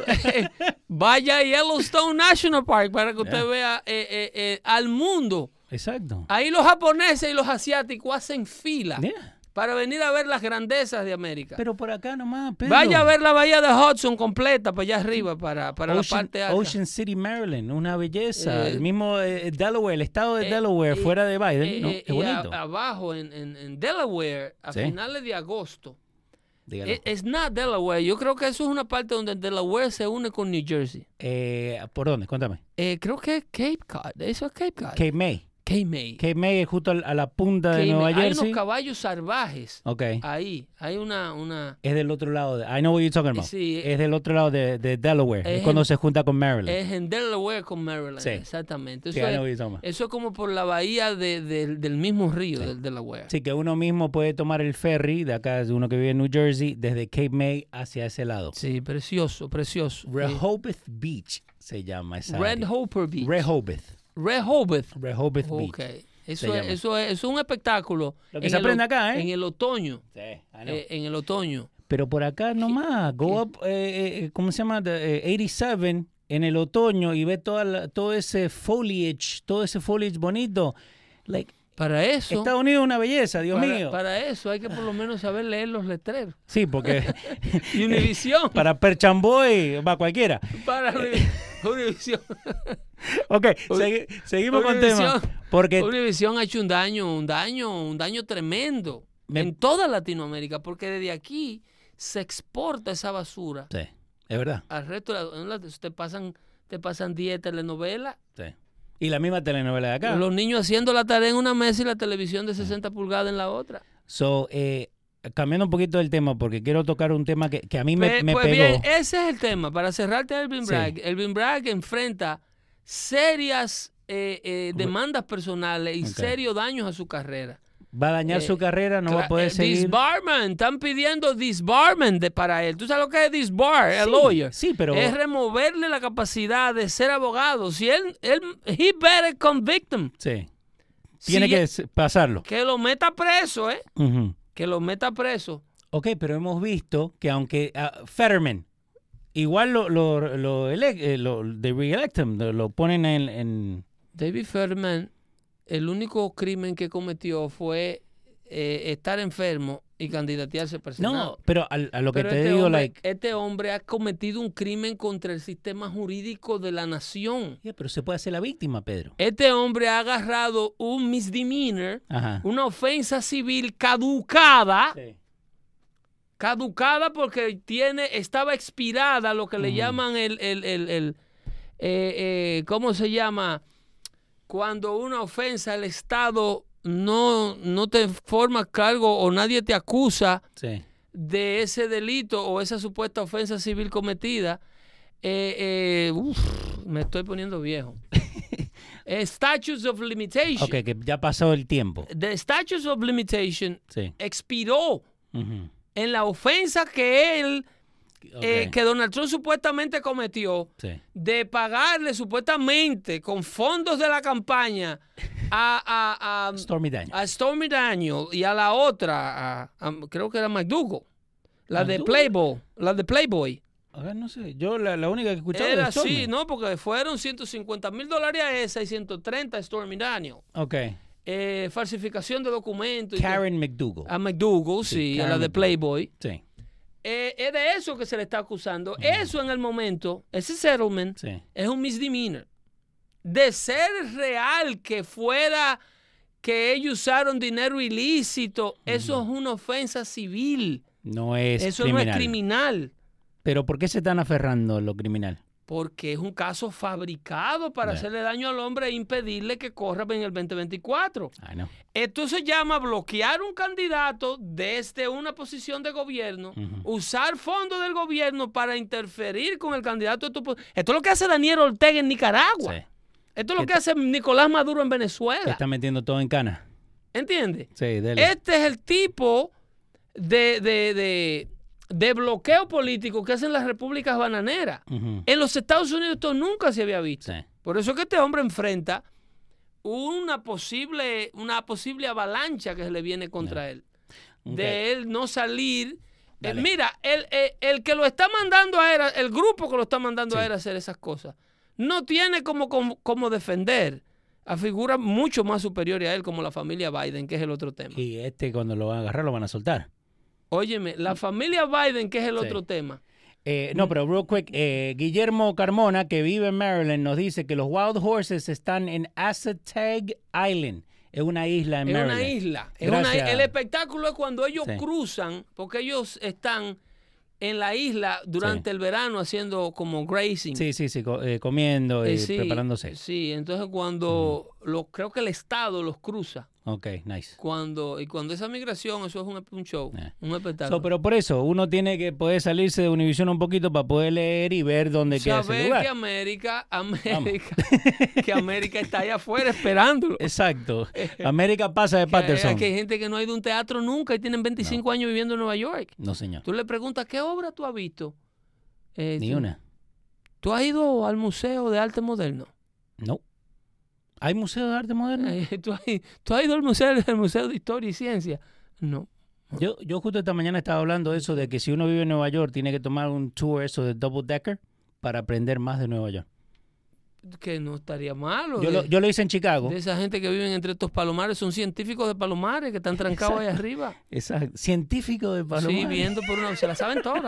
Vaya a Yellowstone National Park para que usted Yeah. vea eh, eh, eh, al mundo. Exacto. Ahí los japoneses y los asiáticos hacen fila Yeah. para venir a ver las grandezas de América. Pero por acá nomás, Pedro. Vaya a ver la bahía de Hudson completa para allá arriba, para, para la Ocean, parte alta. Ocean City, Maryland, una belleza. Eh, el mismo eh, Delaware, el estado de Eh, Delaware, eh, fuera de Biden, Eh, ¿no? eh, Qué y a- bonito. abajo en, en- en Delaware, a Sí. finales de agosto. Dígalo. Eh, Es not Delaware. Yo creo que eso es una parte donde Delaware se une con New Jersey. Eh, ¿Por dónde? Cuéntame. Eh, creo que es Cape Cod. Eso es Cape Cod. Cape May. Cape May. Cape May es justo al- a la punta de Cape Nueva May. Hay Jersey. unos caballos salvajes Ok. ahí. Hay una... una Es del otro lado. De, I know what you're talking about. Sí. Es del otro lado de, de Delaware. Es, Es cuando en- se junta con Maryland. es en Delaware con Maryland. Sí. Exactamente. Sí, Eso, I know what es, you're talking about. eso es como por la bahía de- de- del mismo río, Sí. del Delaware. Sí, que uno mismo puede tomar el ferry de acá, de uno que vive en New Jersey, desde Cape May hacia ese lado. Sí, precioso, precioso. Rehoboth Beach se llama esa Red área. Hopper Beach. Rehoboth. Rehoboth. Rehoboth Ok. Beach. Eso se es, llama. eso, es, eso es un espectáculo. Lo que en se el aprende o- acá, ¿eh? En el otoño. Sí, I know. eh, en el otoño. Pero por acá nomás, go up, eh, eh, ¿cómo se llama? The, eh, ochenta y siete en el otoño y ve toda la- todo ese foliage, todo ese foliage bonito. Like, Para eso, Estados Unidos es una belleza, Dios para, mío. para eso hay que por lo menos saber leer los letreros. Sí, porque Y Univisión. para Perchamboy va cualquiera. para Univi- Univisión. Ok, segui- seguimos con Univisión. temas. Porque Univisión ha hecho un daño, un daño, un daño tremendo Me- en toda Latinoamérica, porque desde aquí se exporta esa basura sí, es verdad. al resto de la, en la- te pasan, te pasan diez telenovelas. Sí. Y la misma telenovela de acá. Los niños haciendo la tarea en una mesa y la televisión de sesenta pulgadas en la otra. So, eh, cambiando un poquito el tema, porque quiero tocar un tema que, que a mí me, Pues, me pues pegó. bien, ese es el tema. Para cerrarte, Elvin Sí. Bragg. Elvin Bragg enfrenta serias eh, eh, demandas personales y Okay. serios daños a su carrera. Va a dañar Eh, su carrera, no va a poder eh, seguir. Disbarment, están pidiendo disbarment de, para él. ¿Tú sabes lo que es disbar? El Sí, lawyer. sí, pero- Es removerle la capacidad de ser abogado. Si él, él he better convict him. Sí. Tiene Si que él- s- pasarlo. que lo meta preso, ¿eh? Ujú. Que lo meta preso. Ok, pero hemos visto que aunque uh, Fetterman, igual lo, lo, lo, elec- eh, lo de reelect him, lo, lo ponen en, en... David Fetterman, el único crimen que cometió fue eh, estar enfermo y candidatearse para el No, Senado. pero a, a lo que Pero te este digo, hombre, like... este hombre ha cometido un crimen contra el sistema jurídico de la nación. Yeah, pero se puede hacer la víctima, Pedro. Este hombre ha agarrado un misdemeanor, Ajá. una ofensa civil caducada, Sí. caducada porque tiene, estaba expirada, lo que le Ujú. llaman el, el, el, el, eh, eh, ¿cómo se llama? Cuando una ofensa al Estado no, no te forma cargo o nadie te acusa Sí. de ese delito o esa supuesta ofensa civil cometida, eh, eh, uf, me estoy poniendo viejo. Eh, statutes of limitation. Ok, que ya pasó el tiempo. The statutes of limitation Sí. expiró Ujú. en la ofensa que él, Ok. eh, que Donald Trump supuestamente cometió, Sí. de pagarle supuestamente con fondos de la campaña a, a, a, Stormy Daniels. a Stormy Daniels y a la otra, a- a- creo que era McDougal, la de ¿McDougal? Playboy, la de Playboy. A ver, no sé. Yo la, la única que he escuchado Era es Stormy. así, ¿no? Porque fueron ciento cincuenta mil dólares a esa y ciento treinta a Stormy Daniels. Ok. Eh, falsificación de documentos. y Karen McDougal. todo. A McDougal, sí, Sí, a la Karen de McDougal. Playboy. Sí. Eh, es de eso que se le está acusando. Eso en el momento, ese settlement, Sí. es un misdemeanor. De ser real que fuera que ellos usaron dinero ilícito, eso es una ofensa civil. No es eso criminal. no es criminal. Pero ¿por qué se están aferrando a lo criminal? Porque es un caso fabricado para Ya. hacerle daño al hombre e impedirle que corra en el veinte veinticuatro. Ay, no. Esto se llama bloquear un candidato desde una posición de gobierno, Ujú. usar fondos del gobierno para interferir con el candidato de tu po- Esto es lo que hace Daniel Ortega en Nicaragua. Sí. Esto es lo Que que ta- hace Nicolás Maduro en Que Venezuela. está metiendo todo en cana. ¿Entiendes? Sí, dele. Este es el tipo de, de, de, de bloqueo político que hacen las repúblicas bananeras. Ujú. En los Estados Unidos esto nunca se había visto. Sí. Por eso es que este hombre enfrenta una posible, una posible avalancha que se le viene contra él. Ok. De él no salir. Eh, Dale. mira, el, el- el que lo está mandando a él, el grupo que lo está mandando Sí. a él a hacer esas cosas, no tiene como, como, como defender a figuras mucho más superiores a él, como la familia Biden, que es el otro tema. Y este cuando lo van a agarrar lo van a soltar. Óyeme, la familia Biden, que es el Sí. otro tema. Eh, no, pero real quick, eh, Guillermo Carmona, que vive en Maryland, nos dice que los Wild Horses están en Assateague Island. Es una isla en Es Maryland. una isla. Es una, Gracias. el espectáculo es cuando ellos Sí. cruzan, porque ellos están en la isla durante Sí. el verano haciendo como grazing. Sí, sí, sí, co- eh, comiendo y Eh, sí, preparándose. Sí, entonces cuando lo, creo que el Estado los cruza, Ok, nice. cuando y cuando esa migración, eso es un, un show, Eh. un espectáculo. So, pero por eso, uno tiene que poder salirse de Univision un poquito para poder leer y ver dónde queda ese Saber lugar. que América, América, que América está allá afuera esperándolo. Exacto. América pasa de Que hay, Patterson. que hay gente que no ha ido a un teatro nunca y tienen veinticinco años viviendo en Nueva York. No, señor. Tú le preguntas, ¿qué obra tú has visto? Eh, Ni tú- una. ¿Tú has ido al Museo de Arte Moderno? No. ¿Hay museo de arte moderno? Eh, ¿Tú, has, tú has ido al museo, al museo de Historia y Ciencia? No. Yo, yo justo esta mañana estaba hablando de eso, de que si uno vive en Nueva York, tiene que tomar un tour eso de double decker para aprender más de Nueva York. Que no estaría malo. Yo de, lo, yo lo hice en Chicago. de esa gente que viven entre estos palomares, son científicos de palomares que están trancados ahí arriba. Exacto. Científico de Palomar. Sí, viendo por una... Se la saben todas.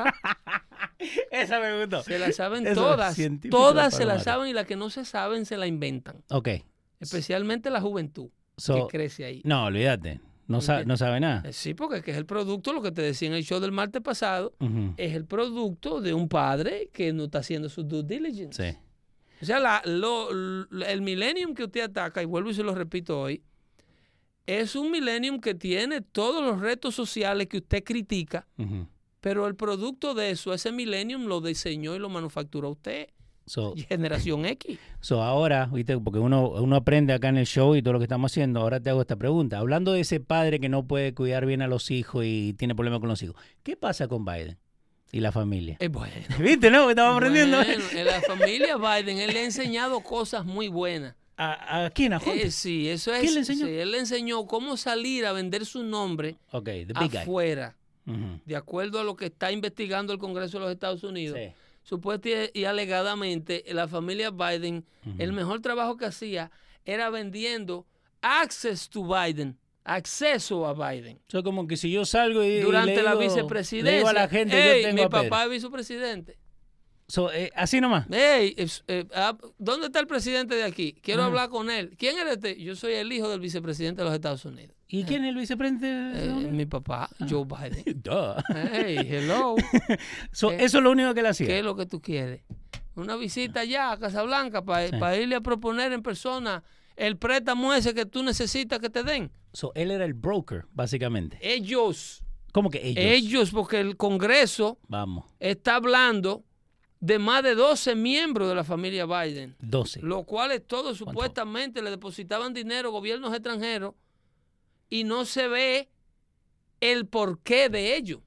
Esa me gustó. Se la saben Eso, todas. científico de Todas se la Palomares. saben y las que no se saben se la inventan. Ok. Especialmente la juventud So, que crece ahí. no, olvídate. No, sa- no sabe nada. Eh, Sí, porque es que es el producto, lo que te decía en el show del martes pasado, Ujú. es el producto de un padre que no está haciendo su due diligence. Sí. O sea, la- lo- l- el millennium que usted ataca, y vuelvo y se lo repito hoy, es un millennium que tiene todos los retos sociales que usted critica, Ujú. pero el producto de eso, ese millennium lo diseñó y lo manufacturó usted. So, Generación X. so ahora, viste, porque uno, uno aprende acá en el show y todo lo que estamos haciendo, ahora te hago esta pregunta. Hablando de ese padre que no puede cuidar bien a los hijos y tiene problemas con los hijos, ¿qué pasa con Biden y la familia? Es bueno. ¿Viste, no? Estamos aprendiendo. Bueno, en la familia Biden, él le ha enseñado cosas muy buenas. ¿A, a quién? ¿A Hunter? Eh, sí, eso es. ¿Quién le enseñó? Sí, él le enseñó cómo salir a vender su nombre Ok, the big guy. afuera, Ujú. de acuerdo a lo que está investigando el Congreso de los Estados Unidos. Sí. Supuestamente y alegadamente, la familia Biden, Ujú. el mejor trabajo que hacía era vendiendo access to Biden, acceso a Biden. So, como que si yo salgo y, y Durante le la digo- vicepresidencia. le digo a la gente, "Ey, yo tengo mi a Pedro". papá es vicepresidente. So, eh, así nomás. Hey, es- eh, ah, ¿dónde está el presidente de aquí? Quiero Ajá. hablar con él. ¿Quién eres este? Yo soy el hijo del vicepresidente de los Estados Unidos. ¿Y quién es el vicepresidente? Eh, mi papá, Joe Biden. Duh. Hey, hello. So, Eh, eso es lo único que él ¿Qué hacía. es lo que tú quieres? Una visita allá a Casablanca para Sí. irle a proponer en persona el préstamo ese que tú necesitas que te den. So, él era el broker, básicamente. Ellos, ¿Cómo que ellos? ellos, porque el Congreso Vamos, está hablando de más de doce miembros de la familia Biden, doce. los cuales todos supuestamente le depositaban dinero a gobiernos extranjeros y no se ve el porqué de ello.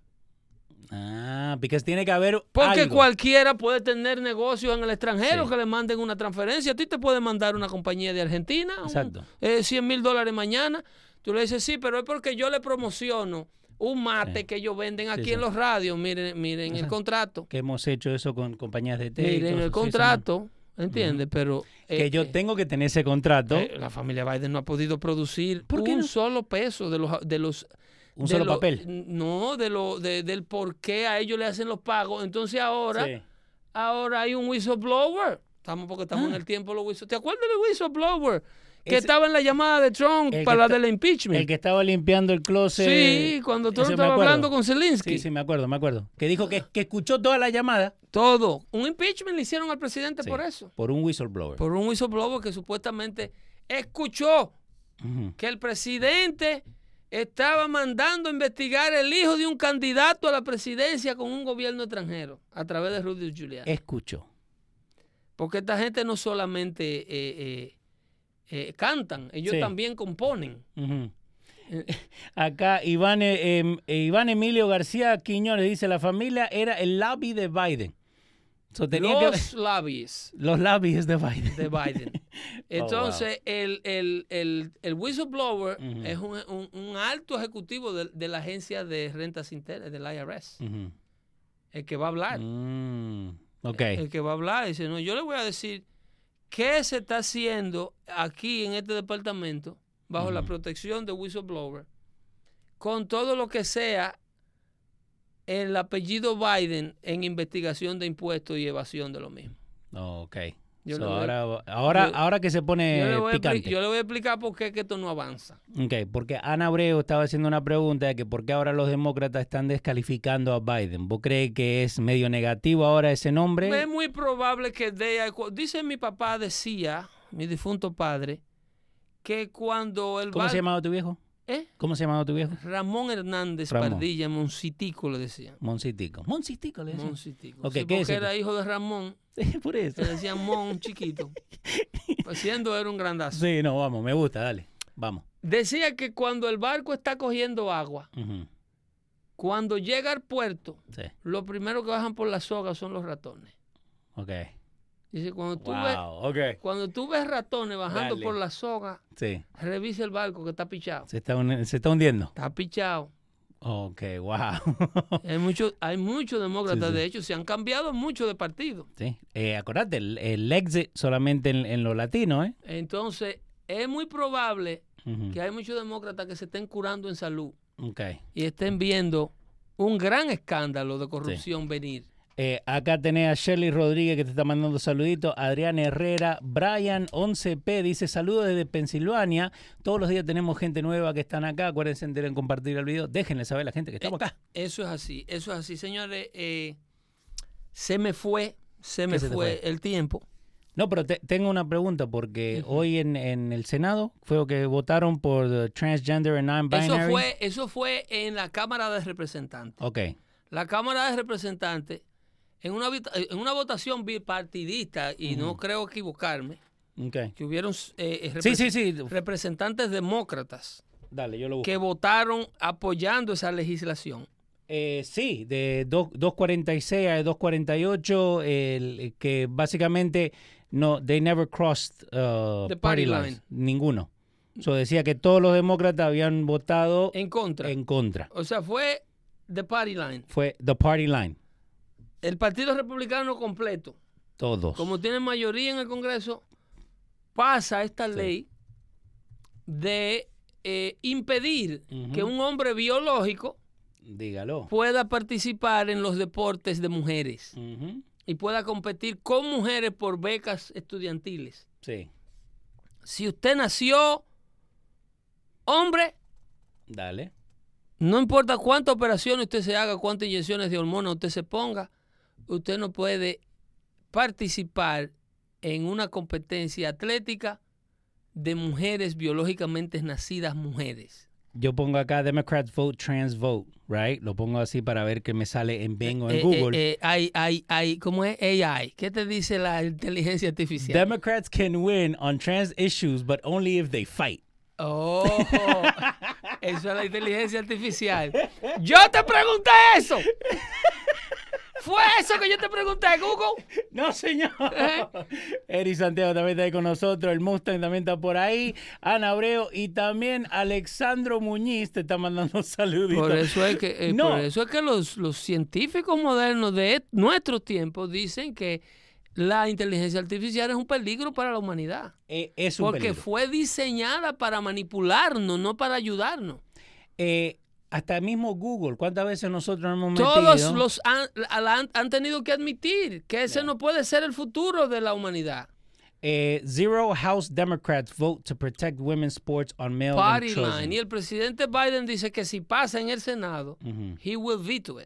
Ah, porque tiene que haber Porque algo. cualquiera puede tener negocios en el extranjero Sí. que le manden una transferencia. A ti te puede mandar una compañía de Argentina un- Exacto. eh, cien mil dólares mañana. Tú le dices, sí, pero es porque yo le promociono un mate Sí. que ellos venden aquí Sí, en sí. los radios. Miren, miren el Exacto. contrato. Que hemos hecho eso con compañías de té. y Miren cosas el así, contrato, ¿entiendes? Pero eso no. Que eh, yo eh, tengo que tener ese contrato. eh, la familia Biden no ha podido producir ¿Por qué un no? solo peso de los de los Un de solo lo- papel. No, de lo de- del por qué a ellos le hacen los pagos. Entonces ahora Sí. ahora hay un whistleblower. Estamos porque estamos Ah. en el tiempo de los whistleblowers. ¿Te acuerdas del whistleblower? Que Ese- estaba en la llamada de Trump El que para la está- del impeachment. El que estaba limpiando el closet. Sí, cuando tú ese me estabas acuerdo. hablando con Zelensky. Sí, sí, me acuerdo, me acuerdo. Que dijo que, que escuchó toda la llamada. Todo. Un impeachment le hicieron al presidente Sí, por eso. Por un whistleblower. Por un whistleblower que supuestamente escuchó Ujú. que el presidente estaba mandando a investigar el hijo de un candidato a la presidencia con un gobierno extranjero a través de Rudy Giuliani. Escuchó. Porque esta gente no solamente eh, eh, eh, cantan, ellos Sí. también componen. Ujú. Eh, Acá Iván, eh, em, eh, Iván Emilio García Quiñones dice, la familia era el lobby de Biden. So, tenía que- Los lobbies los lobbies de Biden. de Biden. Entonces, el, el, el, el whistleblower Ujú. es un, un- un alto ejecutivo de, de la agencia de rentas internas, del I R S, Ujú. el que va a hablar. Mm, ok. El que va a hablar dice, no, yo le voy a decir qué se está haciendo aquí en este departamento bajo la Ujú. protección de whistleblower con todo lo que sea el apellido Biden en investigación de impuestos y evasión de lo mismo. Ok. Yo So, le voy a- ahora, ahora, yo- ahora que se pone Yo le, voy a expli- picante. yo le voy a explicar por qué que esto no avanza. Ok, porque Ana Abreu estaba haciendo una pregunta de que por qué ahora los demócratas están descalificando a Biden. ¿Vos crees que es medio negativo ahora ese nombre? Es muy probable que de, dice mi papá, decía, mi difunto padre, que cuando el ¿Cómo bar- se llamaba tu viejo? ¿Eh? ¿Cómo se llamaba tu viejo? Ramón Hernández Ramón. Pardilla, Moncitico le decían. Moncitico. Moncitico le decían. Moncitico. Ok, Sí, ¿qué porque es eso? era hijo de Ramón, Sí, por eso. le decían Mon chiquito. Pues siendo era un grandazo. Sí, no, vamos, me gusta, dale. Vamos. Decía que cuando el barco está cogiendo agua, Ujú. cuando llega al puerto, Sí, lo primero que bajan por la soga son los ratones. ok. Dice, cuando tú, ves, Wow, ok. cuando tú ves ratones bajando Dale. por la soga, Sí, revisa el barco que está pichado. se está, hun- se está hundiendo. Está pichado. Ok, wow. Hay muchos hay muchos demócratas, Sí, sí. de hecho, se han cambiado mucho de partido. Sí, eh, acordate, el, el exit solamente en, en lo latino, ¿eh? Entonces, es muy probable Ujú. que hay muchos demócratas que se estén curando en salud Ok. y estén viendo un gran escándalo de corrupción venir. Eh, acá tenés a Shirley Rodríguez que te está mandando saluditos, Adrián Herrera, Brian once P dice saludos desde Pensilvania, todos los días tenemos gente nueva que están acá, acuérdense de compartir el video, déjenle saber a la gente que estamos acá. Eso es así, eso es así. Señores, eh, se me fue, se me se te fue, fue? el tiempo. No, pero te- tengo una pregunta porque Ujú. hoy en, en el Senado fue que votaron por the transgender and non-binary. Eso fue, eso fue en la Cámara de Representantes. Ok, La Cámara de Representantes en una, en una votación bipartidista, y uh-huh. no creo equivocarme, okay. que hubieron eh, sí, sí, sí. representantes demócratas Dale, yo lo busco. que votaron apoyando esa legislación. Eh, sí, de doscientos cuarenta y seis a doscientos cuarenta y ocho, el, que básicamente no, they never crossed uh, The party, party lines, line. Ninguno. So decía que todos los demócratas habían votado en contra. En contra. O sea, fue the party line. Fue the party line. El Partido Republicano completo. Todos. Como tiene mayoría en el Congreso, pasa esta sí. ley de eh, impedir uh-huh. que un hombre biológico Dígalo. pueda participar en los deportes de mujeres uh-huh. y pueda competir con mujeres por becas estudiantiles. Sí. Si usted nació hombre, dale. No importa cuántas operaciones usted se haga, cuántas inyecciones de hormonas usted se ponga, usted no puede participar en una competencia atlética de mujeres biológicamente nacidas mujeres. Yo pongo acá Democrats vote, trans vote, right? Lo pongo así para ver qué me sale en Bing o en eh, Google. Eh, eh, hay, hay, hay, ¿cómo es? A I. ¿Qué te dice la inteligencia artificial? Democrats can win on trans issues, but only if they fight. Oh, eso es la inteligencia artificial. Yo te pregunté eso. ¿Fue eso que yo te pregunté, Google? No, señor. ¿Eh? Eri Santiago también está ahí con nosotros. El Mustang también está por ahí. Ana Abreu y también Alexandro Muñiz te está mandando saluditos. Por eso es que, eh, no. por eso es que los, los científicos modernos de nuestros tiempos dicen que la inteligencia artificial es un peligro para la humanidad. Eh, es un porque peligro. Fue diseñada para manipularnos, no para ayudarnos. Eh, hasta mismo Google, ¿cuántas veces nosotros hemos metido? Todos los han, han, han tenido que admitir que ese yeah. no puede ser el futuro de la humanidad. Eh, zero House Democrats vote to protect women's sports on male Party and children. line. Y el presidente Biden dice que si pasa en el Senado, uh-huh. he will veto it.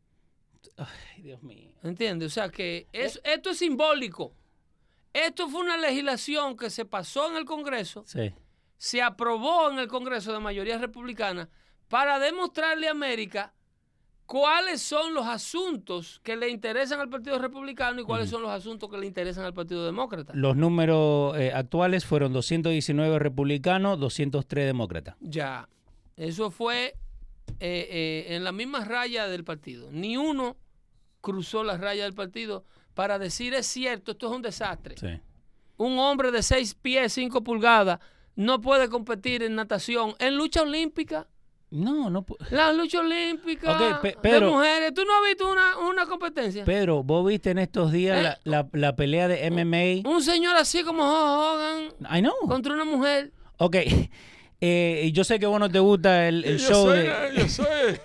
Ay, Dios mío. ¿Entiendes? O sea que es, eh. esto es simbólico. Esto fue una legislación que se pasó en el Congreso, sí. se aprobó en el Congreso de mayoría republicana para demostrarle a América cuáles son los asuntos que le interesan al Partido Republicano y cuáles uh-huh. son los asuntos que le interesan al Partido Demócrata. Los números eh, actuales fueron doscientos diecinueve republicanos, doscientos tres demócratas. Ya, eso fue eh, eh, en la misma raya del partido. Ni uno cruzó la raya del partido para decir es cierto, esto es un desastre. Sí. Un hombre de seis pies, cinco pulgadas no puede competir en natación, en lucha olímpica. No, no puede. La lucha olímpica okay, pe- Pedro, de mujeres. ¿Tú no has visto una, una competencia? Pedro, ¿vos viste en estos días ¿Eh? la, la, la pelea de M M A? Un señor así como Hogan I know. contra una mujer. Ok. Eh, yo sé que vos no te gusta el, el yo show soy, de... Yo soy...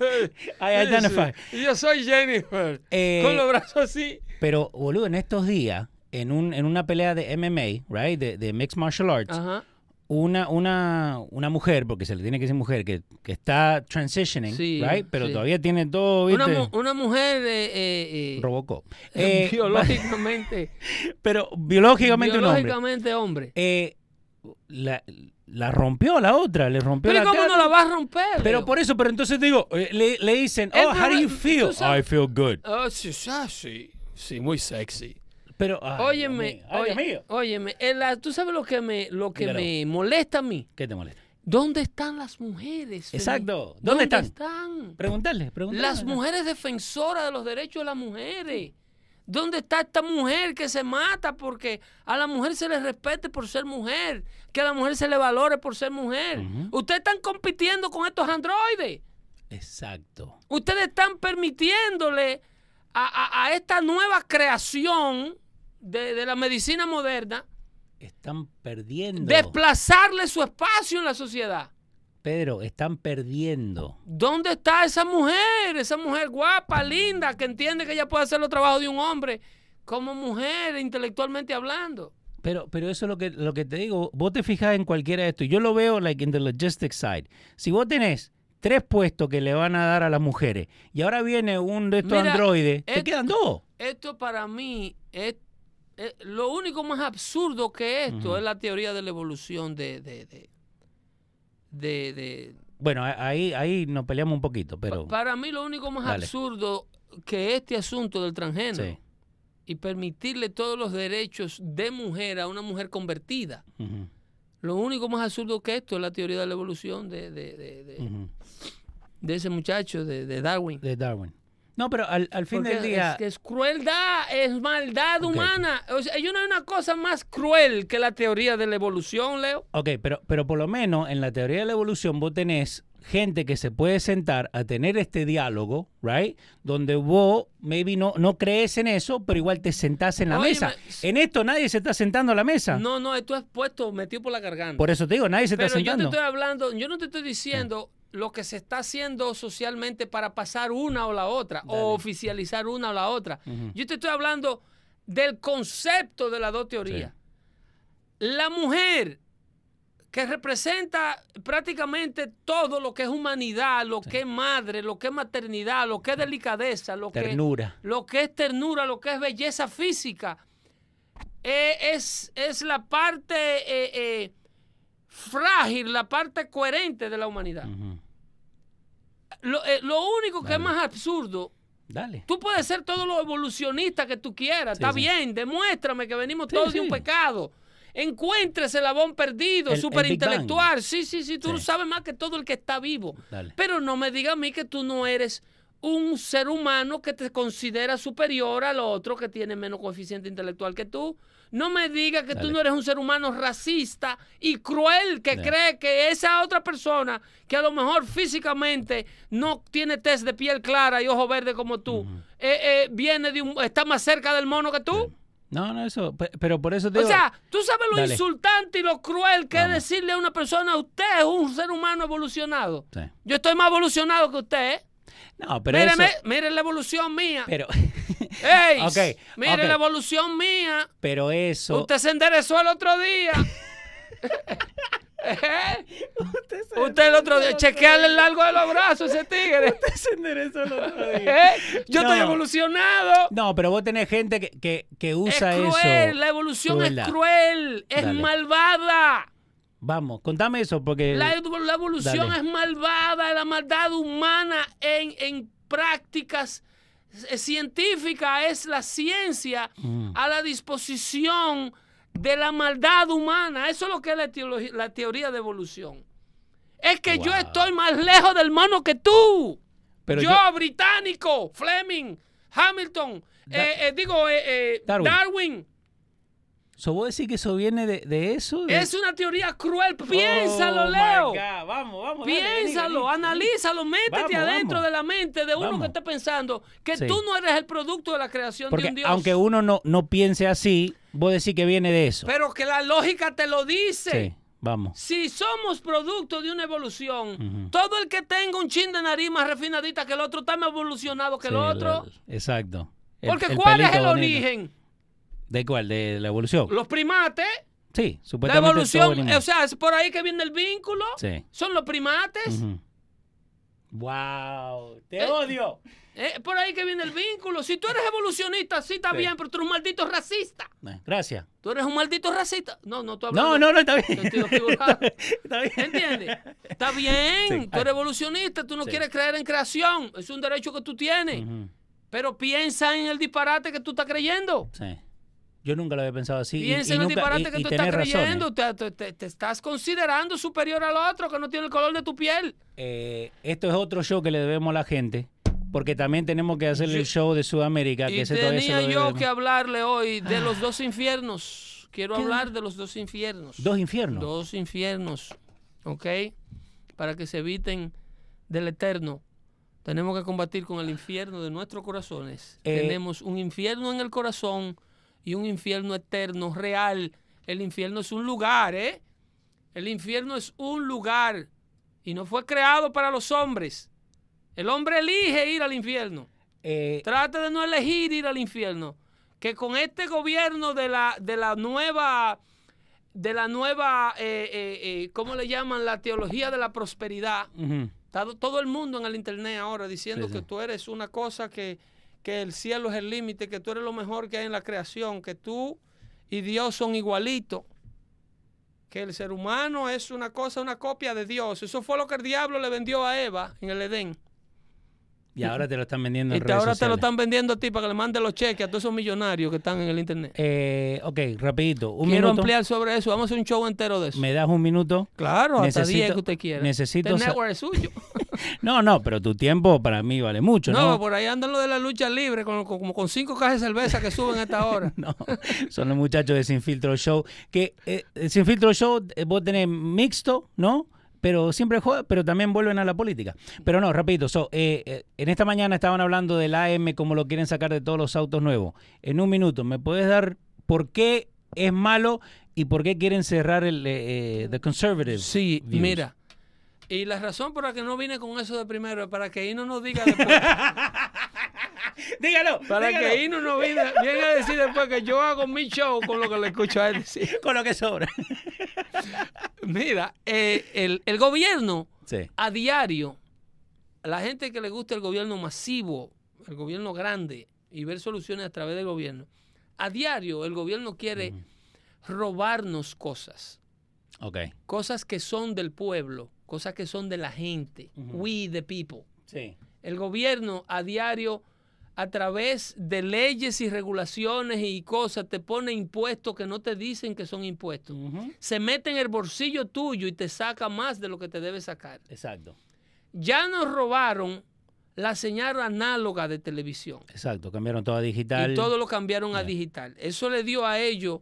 I identify. Yo soy Jennifer. Eh, con los brazos así. Pero, boludo, en estos días, en, un, en una pelea de M M A, right, de, de Mixed Martial Arts, Ajá. Una, una, una mujer, porque se le tiene que decir mujer, que, que está transitioning, sí, right? Pero sí. todavía tiene todo, ¿viste? Una, una mujer... Eh, eh, Robocop. Eh, biológicamente... pero biológicamente, biológicamente un hombre. hombre. Eh, la, la rompió la otra, le rompió pero la ¿cómo cara? no la va a romper? Pero Leo? Por eso, pero entonces digo, le, le dicen, oh, how do you feel? I feel good. Oh, sí, sí, sí, muy sexy. Pero, ay, óyeme, ay, oye, Dios mío. óyeme, el, tú sabes lo que me, lo que me molesta a mí. ¿Qué te molesta? ¿Dónde están las mujeres? Exacto. ¿Dónde, ¿Dónde están? están? Preguntarle, preguntarle. Las mujeres defensoras de los derechos de las mujeres. ¿Dónde está esta mujer que se mata porque a la mujer se le respete por ser mujer? Que a la mujer se le valore por ser mujer. Uh-huh. Ustedes están compitiendo con estos androides. Exacto. Ustedes están permitiéndole a, a, a esta nueva creación de, de la medicina moderna. Están perdiendo. Desplazarle su espacio en la sociedad. Pedro, están perdiendo. ¿Dónde está esa mujer? Esa mujer guapa, linda, que entiende que ella puede hacer los trabajos de un hombre como mujer, intelectualmente hablando. Pero, pero eso es lo que, lo que te digo. Vos te fijas en cualquiera de esto. Yo lo veo like in the logistics side. Si vos tenés tres puestos que le van a dar a las mujeres y ahora viene un de estos Mira, androides, esto, te quedan dos. Esto para mí es, es lo único más absurdo que esto uh-huh. es la teoría de la evolución de... de, de De, de, bueno, ahí, ahí nos peleamos un poquito, pero... Para mí lo único más Dale. absurdo que este asunto del transgénero Sí. y permitirle todos los derechos de mujer a una mujer convertida, Ujú, lo único más absurdo que esto es la teoría de la evolución de, de, de, de, ujú. de ese muchacho, de, de Darwin. De Darwin. No, pero al, al fin Porque del día... es, que es crueldad, es maldad Ok. humana. O sea, yo no hay una cosa más cruel que la teoría de la evolución, Leo. Ok, pero, pero por lo menos en la teoría de la evolución vos tenés gente que se puede sentar a tener este diálogo, right? Donde vos maybe no, no crees en eso, pero igual te sentás en la Óyeme, mesa. En esto nadie se está sentando a la mesa. No, no, tú has puesto metido por la garganta. Por eso te digo, nadie se Pero está yo te sentando. estoy hablando, yo no te estoy diciendo lo que se está haciendo socialmente para pasar una o la otra, Dale. o oficializar una o la otra. Ujú. Yo te estoy hablando del concepto de las dos teorías. La mujer, que representa prácticamente todo lo que es humanidad, lo que es madre, lo que es maternidad, lo que es delicadeza, lo, Ternura. que, lo que es ternura, lo que es belleza física, eh, es, es la parte eh, eh, frágil, la parte coherente de la humanidad. Ujú. Lo, eh, lo único que Dale. es más absurdo, Dale. tú puedes ser todo lo evolucionista que tú quieras, Sí, está sí. bien, demuéstrame que venimos Sí, todos de un sí. pecado. Encuentre ese labón perdido, El- el súper Big Bang. intelectual. Sí, sí, sí, tú Sí. sabes más que todo el que está vivo. Dale. Pero no me digas a mí que tú no eres un ser humano que te considera superior al otro que tiene menos coeficiente intelectual que tú. No me digas que tú Dale. no eres un ser humano racista y cruel que Ya. cree que esa otra persona que a lo mejor físicamente no tiene tez de piel clara y ojo verde como tú, Ujú. eh, eh, viene de un, está más cerca del mono que tú. No, no, eso. pe- Pero por eso te O digo. sea, tú sabes lo Dale. insultante y lo cruel que Vamos. es decirle a una persona, usted es un ser humano evolucionado. Sí. Yo estoy más evolucionado que usted, ¿eh? No, pero Míreme, eso. mire la evolución mía. Pero, ¡Ey! Ok, Mire ok. la evolución mía. pero eso. Usted se enderezó el otro día. ¿Eh? Usted el otro día, chequearle el largo de los brazos a ese tigre. se enderezó el otro día. ¿Eh? Yo No. estoy evolucionado. No, pero vos tenés gente que, que, que Es usa cruel, eso. la evolución Crueldad. es cruel, es Dale. malvada. Vamos, contame eso porque. La, la evolución Dale. es malvada, la maldad humana en, en prácticas eh, científicas es la ciencia Mm. a la disposición de la maldad humana. Eso es lo que es la, teología- la teoría de evolución. Es que yo Wow. estoy más lejos del mono que tú. Pero yo, yo- británico, Fleming, Hamilton, Da- eh, eh, digo, eh, eh, Darwin. Darwin. ¿So vos decís que eso viene de, de eso? De- Es una teoría cruel. Piénsalo, Oh, my Leo. God. Vamos, vamos. dale, vení, Piénsalo, vení. analízalo, métete Vamos, adentro vamos. de la mente de uno Vamos. que esté pensando que Sí. tú no eres el producto de la creación de Porque un Dios. aunque uno no, no piense así, vos decís que viene de eso. Pero que la lógica te lo dice. Sí, vamos. Si somos producto de una evolución, Ujú. todo el que tenga un chin de nariz más refinadita que el otro está más evolucionado que Sí, el otro. la- exacto. El- Porque el ¿cuál es pelito el bonito. origen? ¿De cuál? ¿De la evolución? Los primates. Sí, La supuestamente. evolución, todo venimos- o sea, es por ahí que viene el vínculo. Sí. Son los primates. Ujú. Wow, te Eh, odio. Es por ahí que viene el vínculo. Si tú eres evolucionista, sí está Sí. bien, pero tú eres un maldito racista. Eh, Gracias. Tú eres un maldito racista. No, no, tú hablando. No, no, no, está bien. Sentido figurado. Está bien. ¿Entiendes? Está bien. Sí. Tú eres evolucionista, tú no Sí. quieres creer en creación. Es un derecho que tú tienes. Ujú. Pero piensa en el disparate que tú estás creyendo. Sí. Yo nunca lo había pensado así. y- Piensa y en el nunca- disparate y- que y tú tenés estás razón, eh. creyendo. Te, te- te- te estás considerando superior al otro que no tiene el color de tu piel. Eh, esto es otro show que le debemos a la gente, porque también tenemos que hacer Yo- el show de Sudamérica, que Y ese todavía se tenía lo yo debemos. que hablarle hoy de los dos infiernos. Quiero ¿Qué? hablar de los dos infiernos. Dos infiernos. Dos infiernos, ¿ok? Para que se eviten del eterno. Tenemos que combatir con el infierno de nuestros corazones. Eh, Tenemos un infierno en el corazón y un infierno eterno, real. El infierno es un lugar, ¿eh? El infierno es un lugar y no fue creado para los hombres. El hombre elige ir al infierno. Eh, Trate de no elegir ir al infierno. Que con este gobierno de la, de la nueva, de la nueva, eh, eh, eh, ¿cómo le llaman? La teología de la prosperidad. ujú. Está todo el mundo en el internet ahora diciendo Sí, que sí. tú eres una cosa que, que el cielo es el límite, que tú eres lo mejor que hay en la creación, que tú y Dios son igualitos. Que el ser humano es una cosa, una copia de Dios. Eso fue lo que el diablo le vendió a Eva en el Edén. Y ahora te lo están vendiendo en Y te- redes ahora te lo sociales. están vendiendo a ti para que le mandes los cheques a todos esos millonarios que están en el internet. Eh, ok, rapidito. Un Quiero minuto. ampliar sobre eso. Vamos a hacer un show entero de eso. ¿Me das un minuto? Claro, hasta Necesito- diez que usted quiera. necesito Este sa- network es suyo. No, no, pero tu tiempo para mí vale mucho, No, ¿no? por ahí andan los de la lucha libre, con, con- como con cinco cajas de cerveza que suben a esta hora. No, son los muchachos de Sin Filtro Show. Que eh, Sin Filtro Show eh, vos tenés mixto, ¿no? Pero siempre juega, pero también vuelven a la política. Pero no, rapidito. So, eh, eh, en esta mañana estaban hablando del A M, como lo quieren sacar de todos los autos nuevos. En un minuto, ¿me puedes dar por qué es malo y por qué quieren cerrar el eh, eh, The Conservative? Sí, views? mira. Y la razón por la que no vine con eso de primero es para que Ino nos diga después. Dígalo. Para dígalo. que Ino nos venga, venga a decir después que yo hago mi show con lo que le escucho a él decir. Con lo que sobra. Mira, eh, el, el gobierno Sí. a diario, a la gente que le gusta el gobierno masivo, el gobierno grande y ver soluciones a través del gobierno, a diario el gobierno quiere robarnos cosas. Ok. Cosas que son del pueblo, cosas que son de la gente. Ujú. We the people. Sí. El gobierno a diario, a través de leyes y regulaciones y cosas, te pone impuestos que no te dicen que son impuestos. Ujú. Se mete en el bolsillo tuyo y te saca más de lo que te debe sacar. Exacto. Ya nos robaron la señal análoga de televisión. Exacto. Cambiaron todo a digital. Y todo lo cambiaron a Ya. digital. Eso le dio a ellos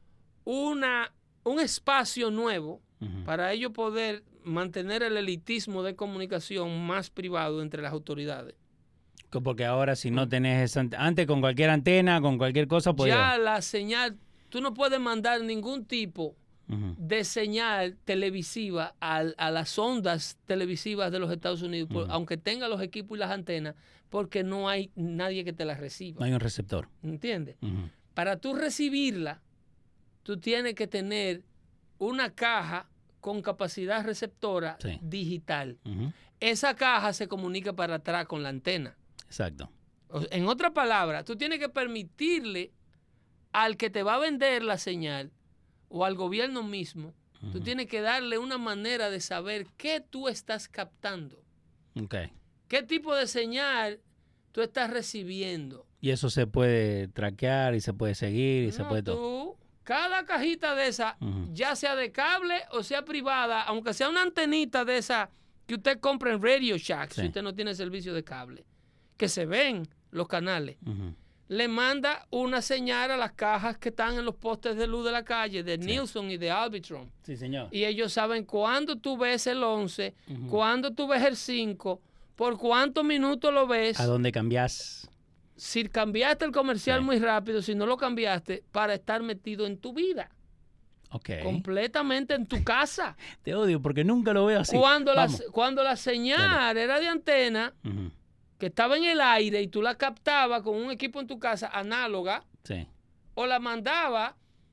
una, un espacio nuevo Ujú. para ellos poder mantener el elitismo de comunicación más privado entre las autoridades. Porque ahora si no tenés esa ante- antes con cualquier antena, con cualquier cosa podías. Ya la señal, tú no puedes mandar ningún tipo Ujú. de señal televisiva al- a, las ondas televisivas de los Estados Unidos, por- Ujú. aunque tenga los equipos y las antenas, porque no hay nadie que te las reciba. No hay un receptor. ¿Entiendes? Ujú. Para tú recibirla, tú tienes que tener una caja con capacidad receptora Sí. digital. Ujú. Esa caja se comunica para atrás con la antena. Exacto. O- En otras palabras, tú tienes que permitirle al que te va a vender la señal o al gobierno mismo, tú Ujú. tienes que darle una manera de saber qué tú estás captando, Ok. qué tipo de señal tú estás recibiendo. Y eso se puede traquear y se puede seguir y se No, puede todo. tú, cada cajita de esa, Ujú. ya sea de cable o sea privada, aunque sea una antenita de esa que usted compra en Radio Shack, Sí. si usted no tiene servicio de cable, que se ven los canales, Ujú. le manda una señal a las cajas que están en los postes de luz de la calle, de Sí. Nielsen y de Arbitron. Sí, señor. Y ellos saben cuándo tú ves el once, Ujú. cuándo tú ves el cinco, por cuántos minutos lo ves. ¿A dónde cambiás? Si cambiaste el comercial Sí. muy rápido, si no lo cambiaste, para estar metido en tu vida, Ok. completamente en tu casa. Te odio porque nunca lo veo así. Cuando, la, Vamos. cuando la señal era de antena, Ujú. que estaba en el aire y tú la captabas con un equipo en tu casa análoga, Sí. o la mandaba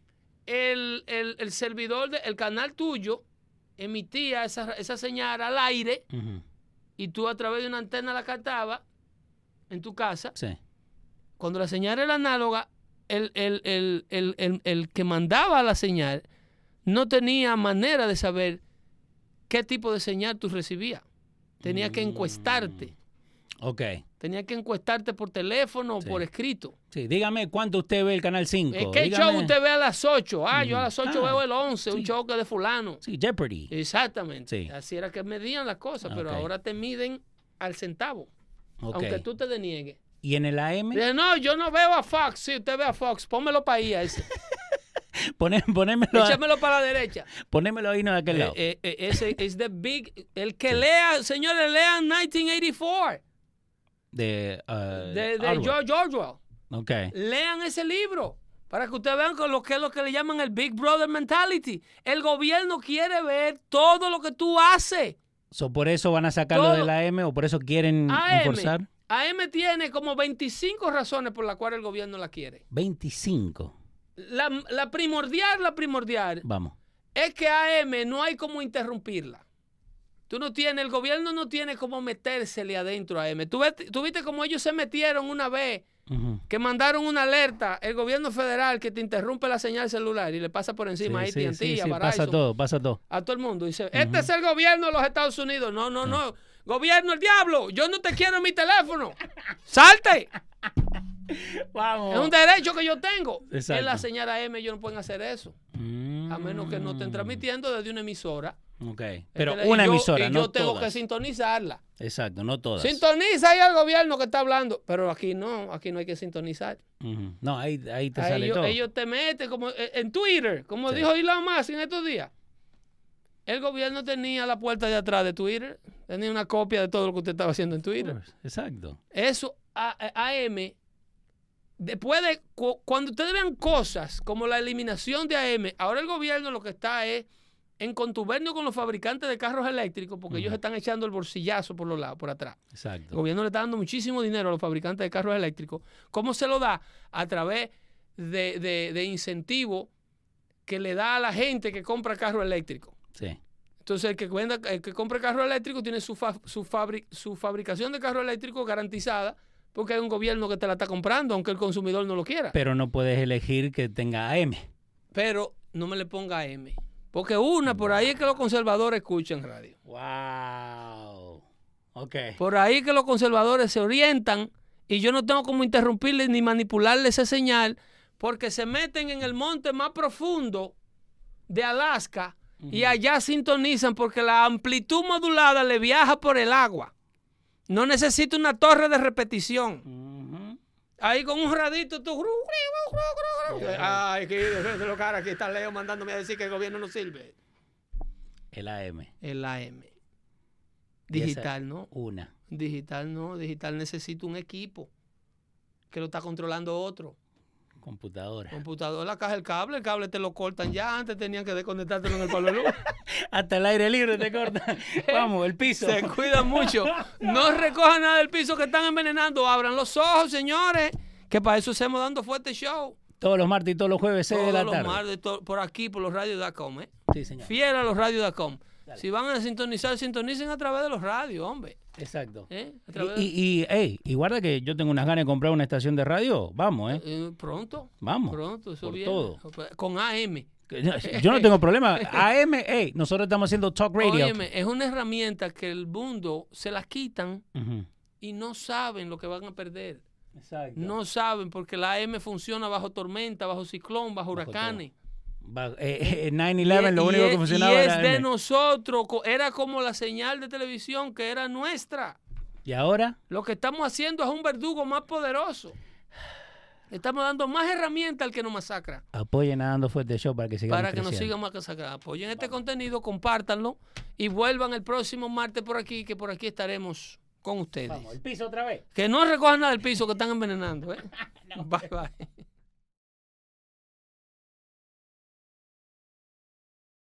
el, el- el servidor, de- el canal tuyo, emitía esa, esa señal al aire Ujú. y tú a través de una antena la captabas en tu casa. Sí. Cuando la señal era análoga, el, el- el- el- el- el que mandaba la señal no tenía manera de saber qué tipo de señal tú recibías. Tenía que Mm. encuestarte. Ok. Tenía que encuestarte por teléfono o Sí. por escrito. Sí, dígame cuánto usted ve el canal cinco. Eh, ¿Qué Dígame. show usted ve a las ocho? Ah, yo a las ocho Ah, veo el once, un sí. show que es de fulano. Sí, Jeopardy. Exactamente. Sí. Así era que medían las cosas, pero Ok. ahora te miden al centavo, Ok. aunque tú te deniegues. ¿Y en el A M? Dice, no, yo no veo a Fox. Sí, usted ve a Fox, pónmelo para ahí a ese. Poné- ponémelo, a- Échamelo para la derecha. ponémelo ahí no de aquel Eh, lado. eh, eh, ese es the big. El que lea, señores, lean nineteen eighty-four de uh, de, de Orwell. George Orwell. Ok. Lean ese libro para que ustedes vean con lo que es lo que le llaman el Big Brother mentality. El gobierno quiere ver todo lo que tú haces. So, ¿por eso van a sacarlo Todo. del A M o por eso quieren A M, enforzar? A M tiene como veinticinco razones por las cuales el gobierno la quiere. veinticinco. La, la primordial, la primordial, Vamos. es que A M no hay como interrumpirla. Tú no tienes, el gobierno no tiene como metérsele adentro a A M. ¿Tú, ves, tú viste cómo ellos se metieron una vez, Ujú. que mandaron una alerta, el gobierno federal que te interrumpe la señal celular y le pasa por encima Sí, a sí, A T and T, sí, a sí, Verizon, pasa todo, pasa todo. a todo el mundo. Dice, este es el gobierno de los Estados Unidos. No, no, no. Gobierno, el diablo, yo no te quiero en mi teléfono. ¡Salte! Vamos. Es un derecho que yo tengo. Exacto. En la señal A M ellos no pueden hacer eso. Mm. A menos que no estén transmitiendo desde una emisora. Ok. Pero Entonces, una y yo- emisora, y no yo tengo todas. que sintonizarla. Exacto, no todas. Sintoniza ahí al gobierno que está hablando. Pero aquí no, aquí no hay que sintonizar. Ujú. No, ahí, ahí te Ahí sale ellos, todo. ellos te meten como eh, en Twitter, como Sí. dijo Elon Musk en estos días. El gobierno tenía la puerta de atrás de Twitter, tenía una copia de todo lo que usted estaba haciendo en Twitter. Exacto. Eso, A- A M, después de, cu- cuando ustedes vean cosas como la eliminación de A M, ahora el gobierno lo que está es en contubernio con los fabricantes de carros eléctricos, porque Ujú. ellos están echando el bolsillazo por los lados, por atrás. El Exacto. gobierno le está dando muchísimo dinero a los fabricantes de carros eléctricos. ¿Cómo se lo da? A través de, de, de incentivos que le da a la gente que compra carro eléctrico. Sí. Entonces, el que, venda, el que compre carro eléctrico tiene su, fa- su, fabri- su fabricación de carro eléctrico garantizada porque hay un gobierno que te la está comprando, aunque el consumidor no lo quiera. Pero no puedes elegir que tenga A M. Pero no me le ponga M. Porque una, por ahí es que los conservadores escuchan radio. Wow. Ok. Por ahí que los conservadores se orientan y yo no tengo como interrumpirles ni manipularle esa señal porque se meten en el monte más profundo de Alaska y allá sintonizan porque la amplitud modulada le viaja por el agua. No necesita una torre de repetición. Ujú. Ahí con un radito tú... Ay, que lo cara, aquí está Leo mandándome a decir que el gobierno no sirve. El A M. El A M. Y esa- Digital, ¿no? Una. Digital no, digital necesita un equipo que lo está controlando otro. Computadora. Computador, la caja del cable, el cable te lo cortan ya, antes tenían que desconectártelo en el palo de luz. Hasta el aire libre te corta. Vamos, el piso. Se cuidan mucho. No recojan nada del piso que están envenenando. Abran los ojos, señores, que para eso hacemos dando fuerte show. Todos los martes y todos los jueves, seis de la Todos los tarde. martes, to- por aquí, por los radios punto com, ¿eh? Sí, señor. Fiel a los radios punto com. Dale. Si van a sintonizar, sintonicen a través de los radios, hombre. Exacto. ¿Eh? A través Y, y, y, ey, y guarda que yo tengo unas ganas de comprar una estación de radio. Vamos, ¿eh? Eh, pronto. Vamos. Pronto, eso por viene. todo. Con A M. Que Yo yo no tengo problema. A M, hey, nosotros estamos haciendo talk radio. Óyeme, es una herramienta que el mundo se la quitan Ujú. y no saben lo que van a perder. Exacto. No saben porque la A M funciona bajo tormenta, bajo ciclón, bajo Bajo huracanes. Va- eh, eh, nueve Y once, es- lo y único es- que funcionaba y es era de M. nosotros, co- era como la señal de televisión que era nuestra. Y ahora, Lo que estamos haciendo es un verdugo más poderoso. Le estamos dando más herramientas al que nos masacra. apoyen a Dando Fuerte Show para que sigamos Para que nos creciendo. sigan masacrando. Apoyen este contenido, compártanlo y vuelvan el próximo martes por aquí, que por aquí estaremos con ustedes. Vamos, el piso otra vez. Que no recojan nada del piso que están envenenando. ¿eh? Bye, bye.